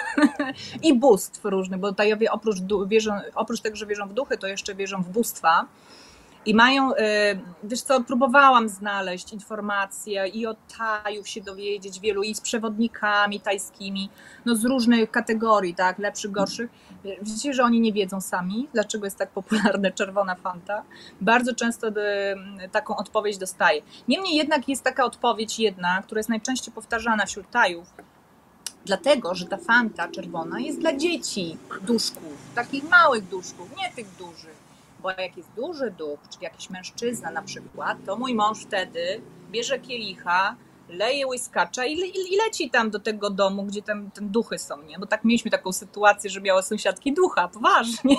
I bóstw różnych, bo Tajowie oprócz, wierzą, oprócz tego, że wierzą w duchy, to jeszcze wierzą w bóstwa. I mają, wiesz co, próbowałam znaleźć informacje i o Tajów się dowiedzieć wielu i z przewodnikami tajskimi, no z różnych kategorii, tak, lepszych, gorszych. Widzicie, że oni nie wiedzą sami, dlaczego jest tak popularna czerwona fanta. Bardzo często taką odpowiedź dostaję. Niemniej jednak jest taka odpowiedź jedna, która jest najczęściej powtarzana wśród Tajów. Dlatego, że ta fanta czerwona jest dla dzieci, duszków, takich małych duszków, nie tych dużych. Bo jak jest duży duch, czyli jakiś mężczyzna na przykład, to mój mąż wtedy bierze kielicha, leje łyskacza i, i, i leci tam do tego domu, gdzie tam, tam duchy są, nie? Bo tak mieliśmy taką sytuację, że miała sąsiadki ducha, poważnie.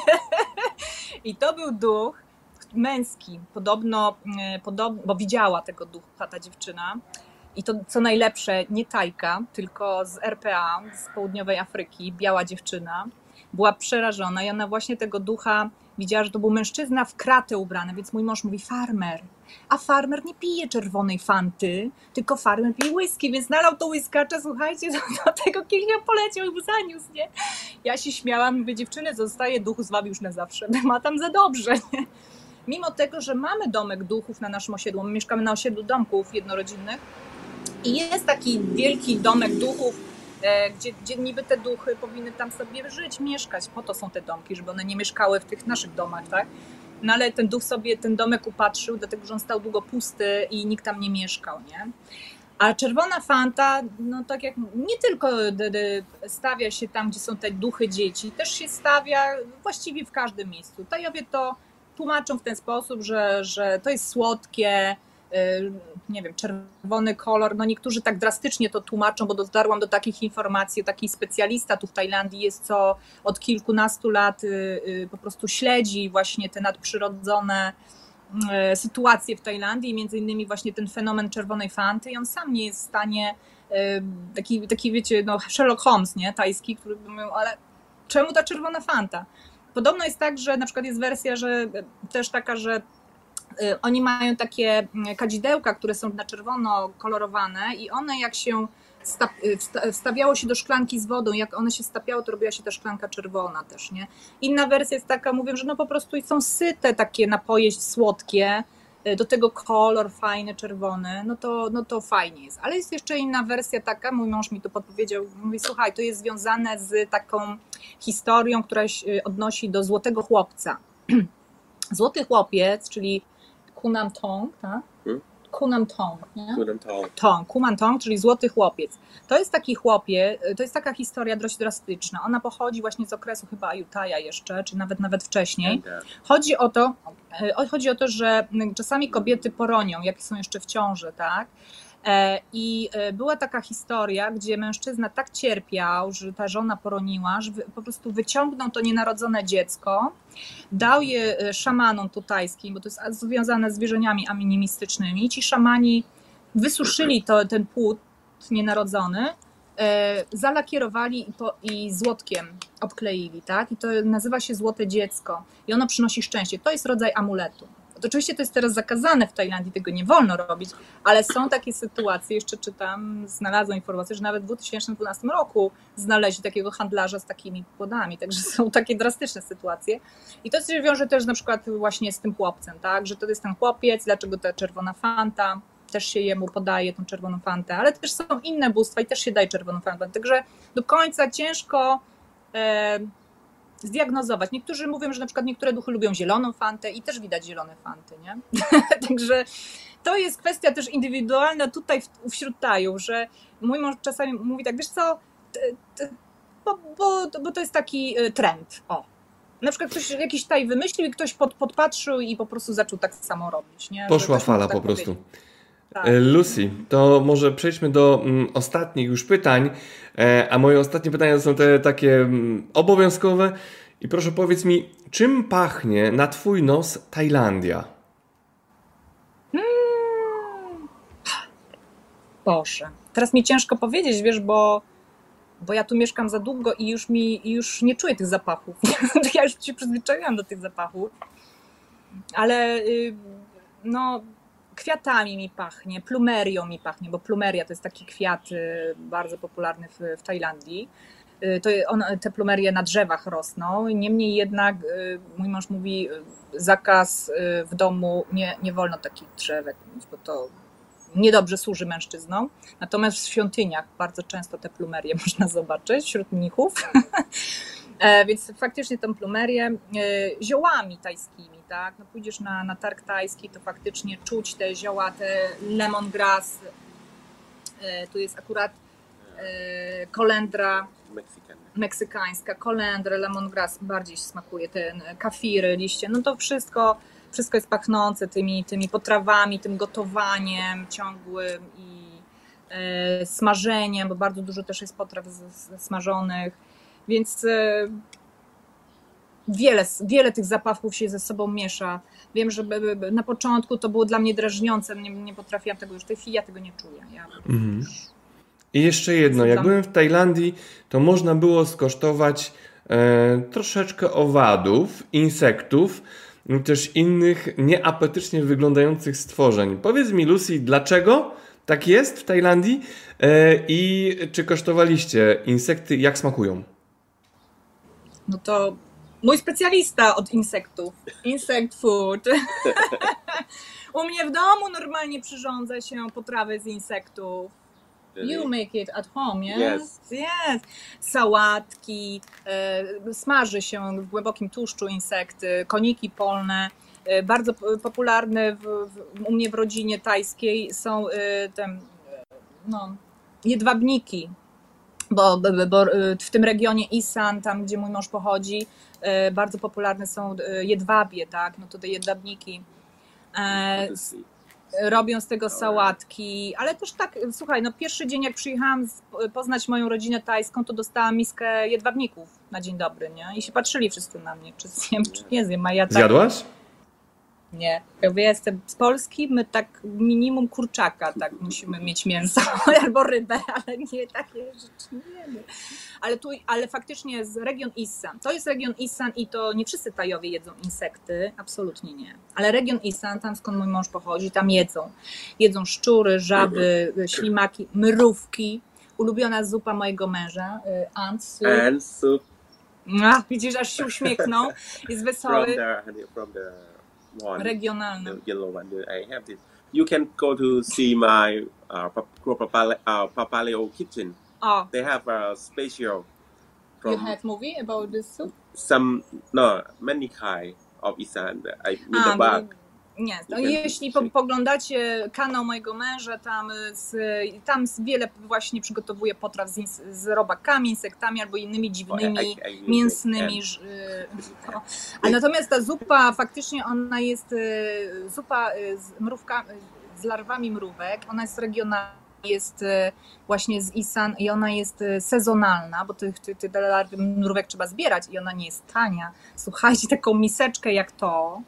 I to był duch męski, podobno, podobno, bo widziała tego ducha ta dziewczyna. I to co najlepsze, nie Tajka, tylko z R P A, z południowej Afryki, biała dziewczyna. Była przerażona i ona właśnie tego ducha widziała, że to był mężczyzna w kratę ubrany, więc mój mąż mówi farmer, a farmer nie pije czerwonej fanty, tylko farmer pije whisky, więc nalał to whiskacza, słuchajcie, do, do tego kielicha poleciał i mu zaniósł, nie? Ja się śmiałam, mówię, dziewczyny, zostaje, duch z wami już na zawsze, ma tam za dobrze, nie? Mimo tego, że mamy domek duchów na naszym osiedlu, my mieszkamy na osiedlu domków jednorodzinnych i jest taki wielki domek duchów, Gdzie, gdzie niby te duchy powinny tam sobie żyć, mieszkać. Po to są te domki, żeby one nie mieszkały w tych naszych domach, tak? No ale ten duch sobie ten domek upatrzył, dlatego że on stał długo pusty i nikt tam nie mieszkał, nie? A czerwona fanta, no tak jak nie tylko stawia się tam, gdzie są te duchy dzieci, też się stawia właściwie w każdym miejscu. Tajowie to tłumaczą w ten sposób, że, że to jest słodkie, nie wiem, czerwony kolor, no niektórzy tak drastycznie to tłumaczą, bo dotarłam do takich informacji, taki specjalista tu w Tajlandii jest, co od kilkunastu lat po prostu śledzi właśnie te nadprzyrodzone sytuacje w Tajlandii, między innymi właśnie ten fenomen czerwonej fanty i on sam nie jest w stanie, taki, taki wiecie, no Sherlock Holmes, nie, tajski, który by mówił, ale czemu ta czerwona fanta? Podobno jest tak, że na przykład jest wersja, że też taka, że oni mają takie kadzidełka, które są na czerwono kolorowane i one jak się wstawiało się do szklanki z wodą, jak one się stapiały, to robiła się ta szklanka czerwona też, nie? Inna wersja jest taka, mówią, że no po prostu są syte takie napoje słodkie, do tego kolor fajny, czerwony, no to, no to fajnie jest. Ale jest jeszcze inna wersja taka, mój mąż mi to podpowiedział, mówi, słuchaj, to jest związane z taką historią, która się odnosi do Złotego Chłopca. Złoty Chłopiec, czyli Kunam Tong, tak? Hmm? Kunam Tong, nie? Kunam Tong. Tong, Kunam Tong, czyli Złoty Chłopiec. To jest taki chłopie, to jest taka historia dość drastyczna. Ona pochodzi właśnie z okresu chyba Ayutthaya jeszcze, czy nawet nawet wcześniej. Chodzi o to, chodzi o to, że czasami kobiety poronią, jak są jeszcze w ciąży, tak? I była taka historia, gdzie mężczyzna tak cierpiał, że ta żona poroniła, że po prostu wyciągnął to nienarodzone dziecko, dał je szamanom tutajskim, bo to jest związane z wierzeniami animistycznymi. Ci szamani wysuszyli to, ten płód nienarodzony, zalakierowali i, po, i złotkiem obkleili, tak? I to nazywa się złote dziecko i ono przynosi szczęście. To jest rodzaj amuletu. Oczywiście to jest teraz zakazane w Tajlandii, tego nie wolno robić, ale są takie sytuacje, jeszcze czytam, znalazłam informację, że nawet w dwa tysiące dwunastym roku znaleźli takiego handlarza z takimi płodami, także są takie drastyczne sytuacje. I to się wiąże też na przykład właśnie z tym chłopcem, tak, że to jest ten chłopiec, dlaczego ta czerwona fanta, też się jemu podaje tą czerwoną fantę, ale też są inne bóstwa i też się daje czerwoną fantę, także do końca ciężko e, zdiagnozować. Niektórzy mówią, że na przykład niektóre duchy lubią zieloną fantę i też widać zielone fanty, nie? Także to jest kwestia też indywidualna tutaj wśród Tajów, że mój mąż czasami mówi tak, wiesz co, bo, bo, bo to jest taki trend, o. Na przykład ktoś jakiś Taj wymyślił i ktoś pod, podpatrzył i po prostu zaczął tak samo robić, nie? Poszła fala tak po prostu. Tak. Lucy, to może przejdźmy do mm, ostatnich już pytań, e, a moje ostatnie pytania są te takie mm, obowiązkowe i proszę powiedz mi, czym pachnie na twój nos Tajlandia? Hmm. Boże, teraz mi ciężko powiedzieć, wiesz, bo, bo ja tu mieszkam za długo i już mi i już nie czuję tych zapachów. Ja już się przyzwyczaiłam do tych zapachów, ale no kwiatami mi pachnie, plumerią mi pachnie, bo plumeria to jest taki kwiat bardzo popularny w, w Tajlandii. To on, te plumerie na drzewach rosną, niemniej jednak mój mąż mówi, zakaz w domu, nie, nie wolno takich drzewek mieć, bo to niedobrze służy mężczyznom. Natomiast w świątyniach bardzo często te plumerie można zobaczyć wśród mnichów. Więc faktycznie tę plumerię ziołami tajskimi, tak? No pójdziesz na, na targ tajski, to faktycznie czuć te zioła, te lemongrass. Tu jest akurat kolendra meksykańska, kolendra, lemongrass bardziej smakuje, ten kafiry, liście, no to wszystko, wszystko jest pachnące tymi, tymi potrawami, tym gotowaniem ciągłym i e, smażeniem, bo bardzo dużo też jest potraw z, z, smażonych, więc e, wiele, wiele tych zapachów się ze sobą miesza. Wiem, że by, by, na początku to było dla mnie drażniące, nie, nie potrafiłam tego już, w tej chwili ja tego nie czuję. Ja mhm. I jeszcze jedno, jak byłem w Tajlandii, to można było skosztować e, troszeczkę owadów, insektów lub też innych nieapetycznie wyglądających stworzeń. Powiedz mi, Lucy, dlaczego tak jest w Tajlandii e, i czy kosztowaliście insekty, jak smakują? No to mój specjalista od insektów, insect food. U mnie w domu normalnie przyrządza się potrawy z insektów. You make it at home, yes? Yes. Yes. Sałatki, e, smaży się w głębokim tłuszczu insekty, koniki polne. E, bardzo popularne w, w, u mnie w rodzinie tajskiej są e, te, no, jedwabniki, bo, bo, bo w tym regionie Isan, tam gdzie mój mąż pochodzi, e, bardzo popularne są jedwabie, tak? No to te jedwabniki. E, Robią z tego sałatki, ale też tak, słuchaj, no pierwszy dzień jak przyjechałam poznać moją rodzinę tajską, to dostałam miskę jedwabników na dzień dobry, nie? I się patrzyli wszyscy na mnie, czy zjem, czy nie zjem, a ja tak... Zjadłaś? Nie, ja jestem z Polski, my tak minimum kurczaka, tak musimy mieć mięso albo rybę, ale nie takie rzeczy nie wiemy. Ale tu, ale faktycznie jest region Isan. To jest region Isan i to nie wszyscy Tajowie jedzą insekty, absolutnie nie. Ale region Isan, tam skąd mój mąż pochodzi, tam jedzą. Jedzą szczury, żaby, ślimaki, mrówki. Ulubiona zupa mojego męża, ant soup. And soup A, widzisz, aż się uśmiechnął, jest from wesoły. the from the one, Regionalny. the yellow one. I have this. You can go to see my uh, pa- Papale- uh, Papaleo kitchen. O, They have a special you from have movie about this soup? some no many kind of Isan. I in A, the back. nie, no, You can jeśli po, see. poglądacie kanał mojego męża, tam, z, tam z wiele właśnie przygotowuje potraw z, ins- z robakami, insektami albo innymi dziwnymi, I- I- I- mięsnymi. ż- y, no. A natomiast ta zupa faktycznie ona jest y, zupa y, z mrówka, y, z larwami mrówek, ona jest regionalna. Jest y, właśnie z Isan i ona jest y, sezonalna, bo tych ty, ty, te larwy mrówek trzeba zbierać i ona nie jest tania. Słuchajcie, taką miseczkę jak to,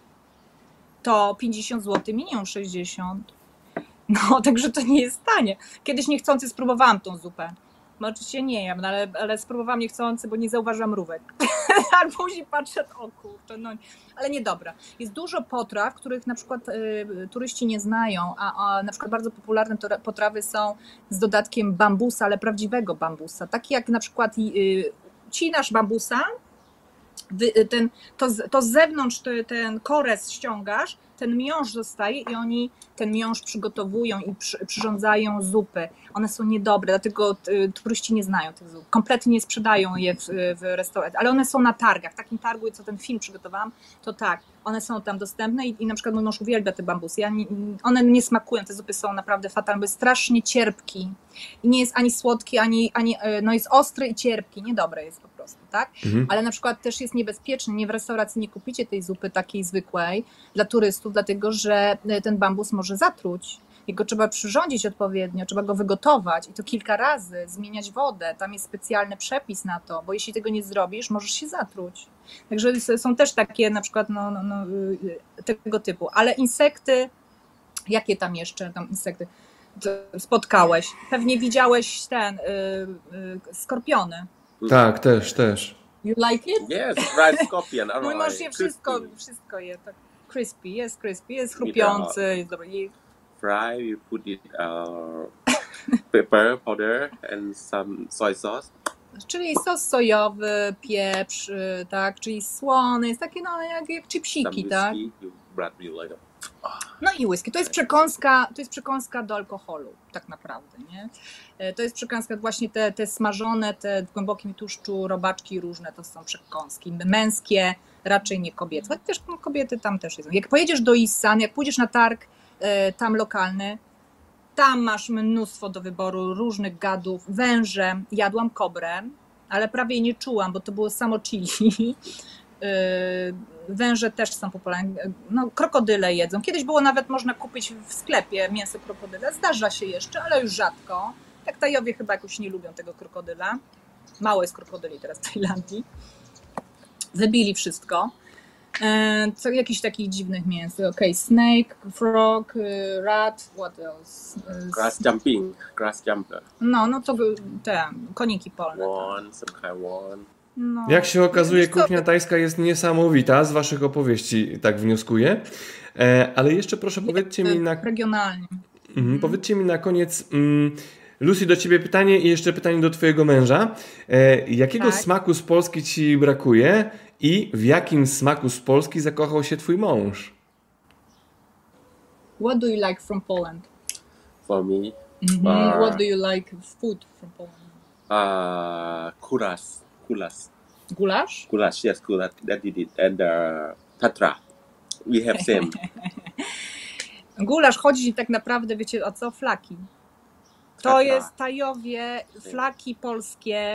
to pięćdziesiąt złotych, minimum sześćdziesiąt. No, także to nie jest tanie. Kiedyś niechcący spróbowałam tą zupę. No oczywiście nie jem, no, ale, ale spróbowałam niechcący, bo nie zauważyłam mrówek. A później patrzę, o kurczę, no, ale niedobra. Jest dużo potraw, których na przykład y, turyści nie znają, a, a na przykład bardzo popularne to, potrawy są z dodatkiem bambusa, ale prawdziwego bambusa. Takie jak na przykład y, cinasz bambusa, wy, ten, to, z, to z zewnątrz te, ten korez ściągasz, ten miąższ zostaje i oni ten miąższ przygotowują i przy, przyrządzają zupy. One są niedobre, dlatego y, turyści nie znają tych zup. Kompletnie nie sprzedają je w, w restauracji, ale one są na targach. W takim targu, co ten film przygotowałam, to tak, one są tam dostępne i, i na przykład mój mąż uwielbia te bambusy. Ja nie, one nie smakują, te zupy są naprawdę fatalne, bo jest strasznie cierpki i nie jest ani słodki, ani, ani no jest ostry i cierpki, niedobre jest po prostu, tak? Mhm. Ale na przykład też jest niebezpieczny, nie w restauracji nie kupicie tej zupy takiej zwykłej dla turystów, dlatego że ten bambus może zatruć. Jego trzeba przyrządzić odpowiednio, trzeba go wygotować i to kilka razy, zmieniać wodę. Tam jest specjalny przepis na to, bo jeśli tego nie zrobisz, możesz się zatruć. Także są też takie na przykład no, no, no, tego typu. Ale insekty, jakie tam jeszcze tam insekty spotkałeś? Pewnie widziałeś ten, y, y, skorpiony. Tak, też, też. You like it? Yes, fried scorpion. Mój alright. mąż je wszystko, Crispy. wszystko je. Tak. Crispy, jest crispy, jest chrupiący, jest dobry. I Fry, you put it uh, pepper powder and some soy sauce. czyli sos sojowy, pieprz, y, tak, czyli słony, jest takie no jak, jak Some chipsiki, tak? whiskey. You brought me later. No i whisky. To jest przekąska, to jest przekąska do alkoholu, tak naprawdę, nie? E, To jest przekąska właśnie te, te smażone, te w głębokim tłuszczu robaczki różne, to są przekąski męskie, raczej nie kobiece. Chociaż no, kobiety tam też jedzą. Jak pojedziesz do Isan, jak pójdziesz na targ e, tam lokalny, tam masz mnóstwo do wyboru różnych gadów, węże. Jadłam kobrę, ale prawie jej nie czułam, bo to było samo chili. Węże też są popularne. No, krokodyle jedzą. Kiedyś było nawet można kupić w sklepie mięso krokodyla. Zdarza się jeszcze, ale już rzadko. Tak Tajowie chyba jakoś nie lubią tego krokodyla. Mało jest krokodyli teraz w Tajlandii. Wybili wszystko. Co jakichś takich dziwnych mięs. Okay, snake, frog, rat, what else? Grass jumping, grass jumper. No, no to te koniki polne. One, some kind one. No. Jak się okazuje, Wiesz co, kuchnia tajska jest niesamowita, z waszych opowieści tak wnioskuję. E, ale jeszcze proszę powiedzcie mi na, regionalnie. mhm, powiedzcie mi na koniec, mm, Lucy, do ciebie pytanie i jeszcze pytanie do twojego męża. E, jakiego Tak. smaku z Polski ci brakuje i w jakim smaku z Polski zakochał się twój mąż? What do you like from Poland? For me, Mhm. Uh, What do you like food from Poland? uh, kuras, kulas, Gulasz? kulas. Yes, kulas. That did it. And uh, tatra. We have same. Gulasz chodzi tak naprawdę, wiecie o co? Flaki. To Tatra. jest Tajowie, flaki polskie.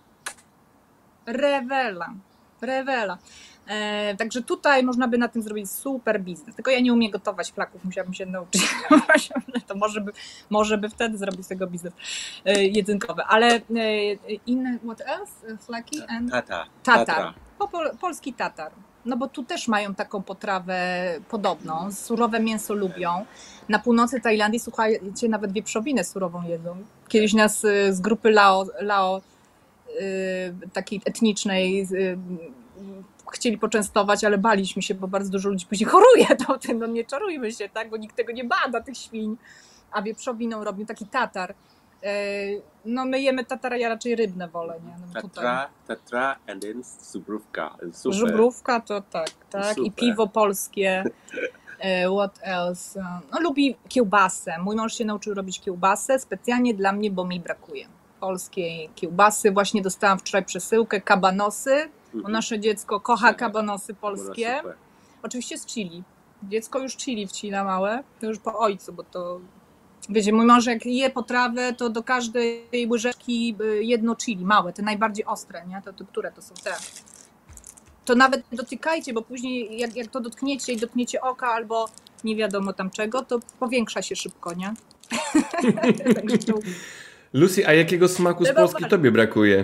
Rewela. Rewela. E, także tutaj można by na tym zrobić super biznes. Tylko ja nie umiem gotować flaków, musiałabym się nauczyć. To może by, może by wtedy zrobić z tego biznes e, jedzynkowy. Ale e, inne, what else? Flaki and Tata. tatar. Po, polski tatar. no bo tu też mają taką potrawę podobną, surowe mięso lubią. Na północy Tajlandii, słuchajcie, nawet wieprzowinę surową jedzą. Kiedyś nas y, z grupy Lao, Lao y, takiej etnicznej y, chcieli poczęstować, ale baliśmy się, bo bardzo dużo ludzi później choruje, to tym, no nie czarujmy się, tak, bo nikt tego nie bada, tych świń, a wieprzowiną robią taki tatar. No my jemy tatara, ja raczej rybne wolę, nie? No Tatra, tatra and then zubrówka. Super. Żubrówka to tak, tak. Super. I piwo polskie. What else? No lubi kiełbasę. Mój mąż się nauczył robić kiełbasę specjalnie dla mnie, bo mi brakuje polskiej kiełbasy. Właśnie dostałam wczoraj przesyłkę, kabanosy, bo nasze dziecko kocha kabanosy polskie. Super. Oczywiście z chili. Dziecko już chili wcina małe, to już po ojcu, bo to wiecie, mój mąż jak je potrawę, to do każdej łyżeczki jedno chili, małe, te najbardziej ostre, nie? To, to które to są te? To nawet nie dotykajcie, bo później jak, jak to dotkniecie i dotkniecie oka albo nie wiadomo tam czego, to powiększa się szybko, nie? Lucy, a jakiego smaku z Polski tobie brakuje?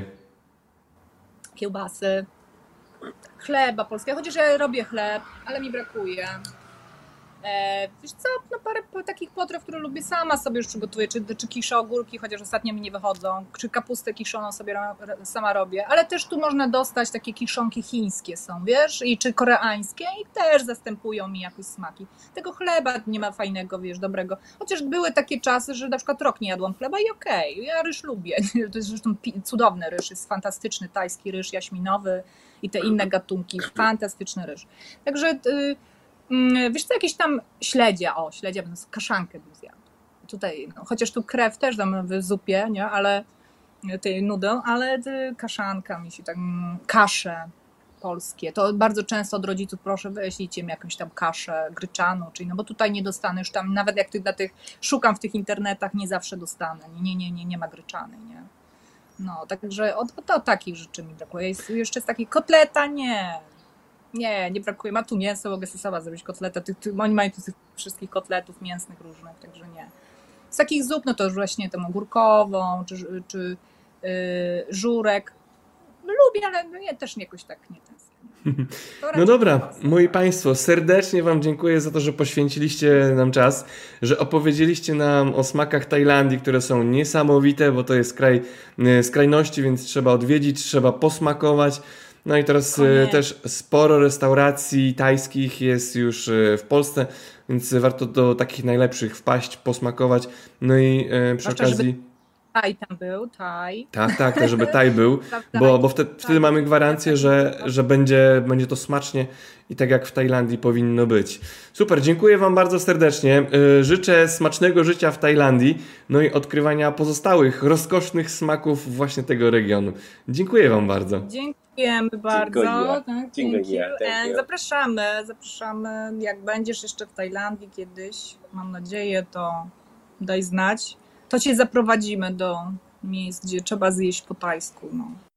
Kiełbasy, chleba polskiego, chociaż ja robię chleb, ale mi brakuje. E, wiesz co, no parę takich potraw, które lubię sama sobie już przygotuję, czy, czy kiszę ogórki, chociaż ostatnio mi nie wychodzą, czy kapustę kiszoną sobie sama robię, ale też tu można dostać takie kiszonki chińskie są, wiesz, i czy koreańskie i też zastępują mi jakoś smaki. Tego chleba nie ma fajnego, wiesz, dobrego, chociaż były takie czasy, że na przykład rok nie jadłam chleba i okej, okay, ja ryż lubię, to jest zresztą cudowny ryż, jest fantastyczny, tajski ryż jaśminowy i te inne gatunki, fantastyczny ryż. Także wiesz co, jakieś tam śledzia, o śledzia, kaszankę bym zjadł. Tutaj, no, chociaż tu krew też dam w zupie, nie, ale tej nudę, ale kaszanka mi się tak, kasze polskie, to bardzo często od rodziców proszę wyślijcie mi jakąś tam kaszę gryczaną, czyli no bo tutaj nie dostanę już tam, nawet jak tych, na tych szukam w tych internetach, nie zawsze dostanę, nie, nie, nie, nie ma gryczanej, nie. No, także od, od, od takich rzeczy mi brakuje. Jest, jeszcze z takich kotleta, nie. Nie, nie brakuje. Ma tu mięso, mogę sobie sama zrobić kotletę. Ty, ty, oni mają tu tych wszystkich kotletów mięsnych różnych, także nie. Z takich zup, no to już właśnie tą ogórkową, czy, czy yy, żurek. Lubię, ale nie, też jakoś tak nie tęsknię. No dobra, moi Państwo, serdecznie Wam dziękuję za to, że poświęciliście nam czas, że opowiedzieliście nam o smakach Tajlandii, które są niesamowite, bo to jest kraj skrajności, więc trzeba odwiedzić, trzeba posmakować. No i teraz Konie. też sporo restauracji tajskich jest już w Polsce, więc warto do takich najlepszych wpaść, posmakować. No i przy Zwłaszcza, okazji... Żeby Taj tam był, Taj. Tak, tak, też żeby Taj był, bo, bo wtedy, wtedy mamy gwarancję, że, że będzie, będzie to smacznie i tak jak w Tajlandii powinno być. Super, dziękuję Wam bardzo serdecznie. Życzę smacznego życia w Tajlandii, no i odkrywania pozostałych rozkosznych smaków właśnie tego regionu. Dziękuję Wam bardzo. Dziękujemy bardzo. Dziękuję. Tak, Dziękuję. thank you. Zapraszamy, zapraszamy. Jak będziesz jeszcze w Tajlandii kiedyś, mam nadzieję, to daj znać. To Cię zaprowadzimy do miejsc, gdzie trzeba zjeść po tajsku. No.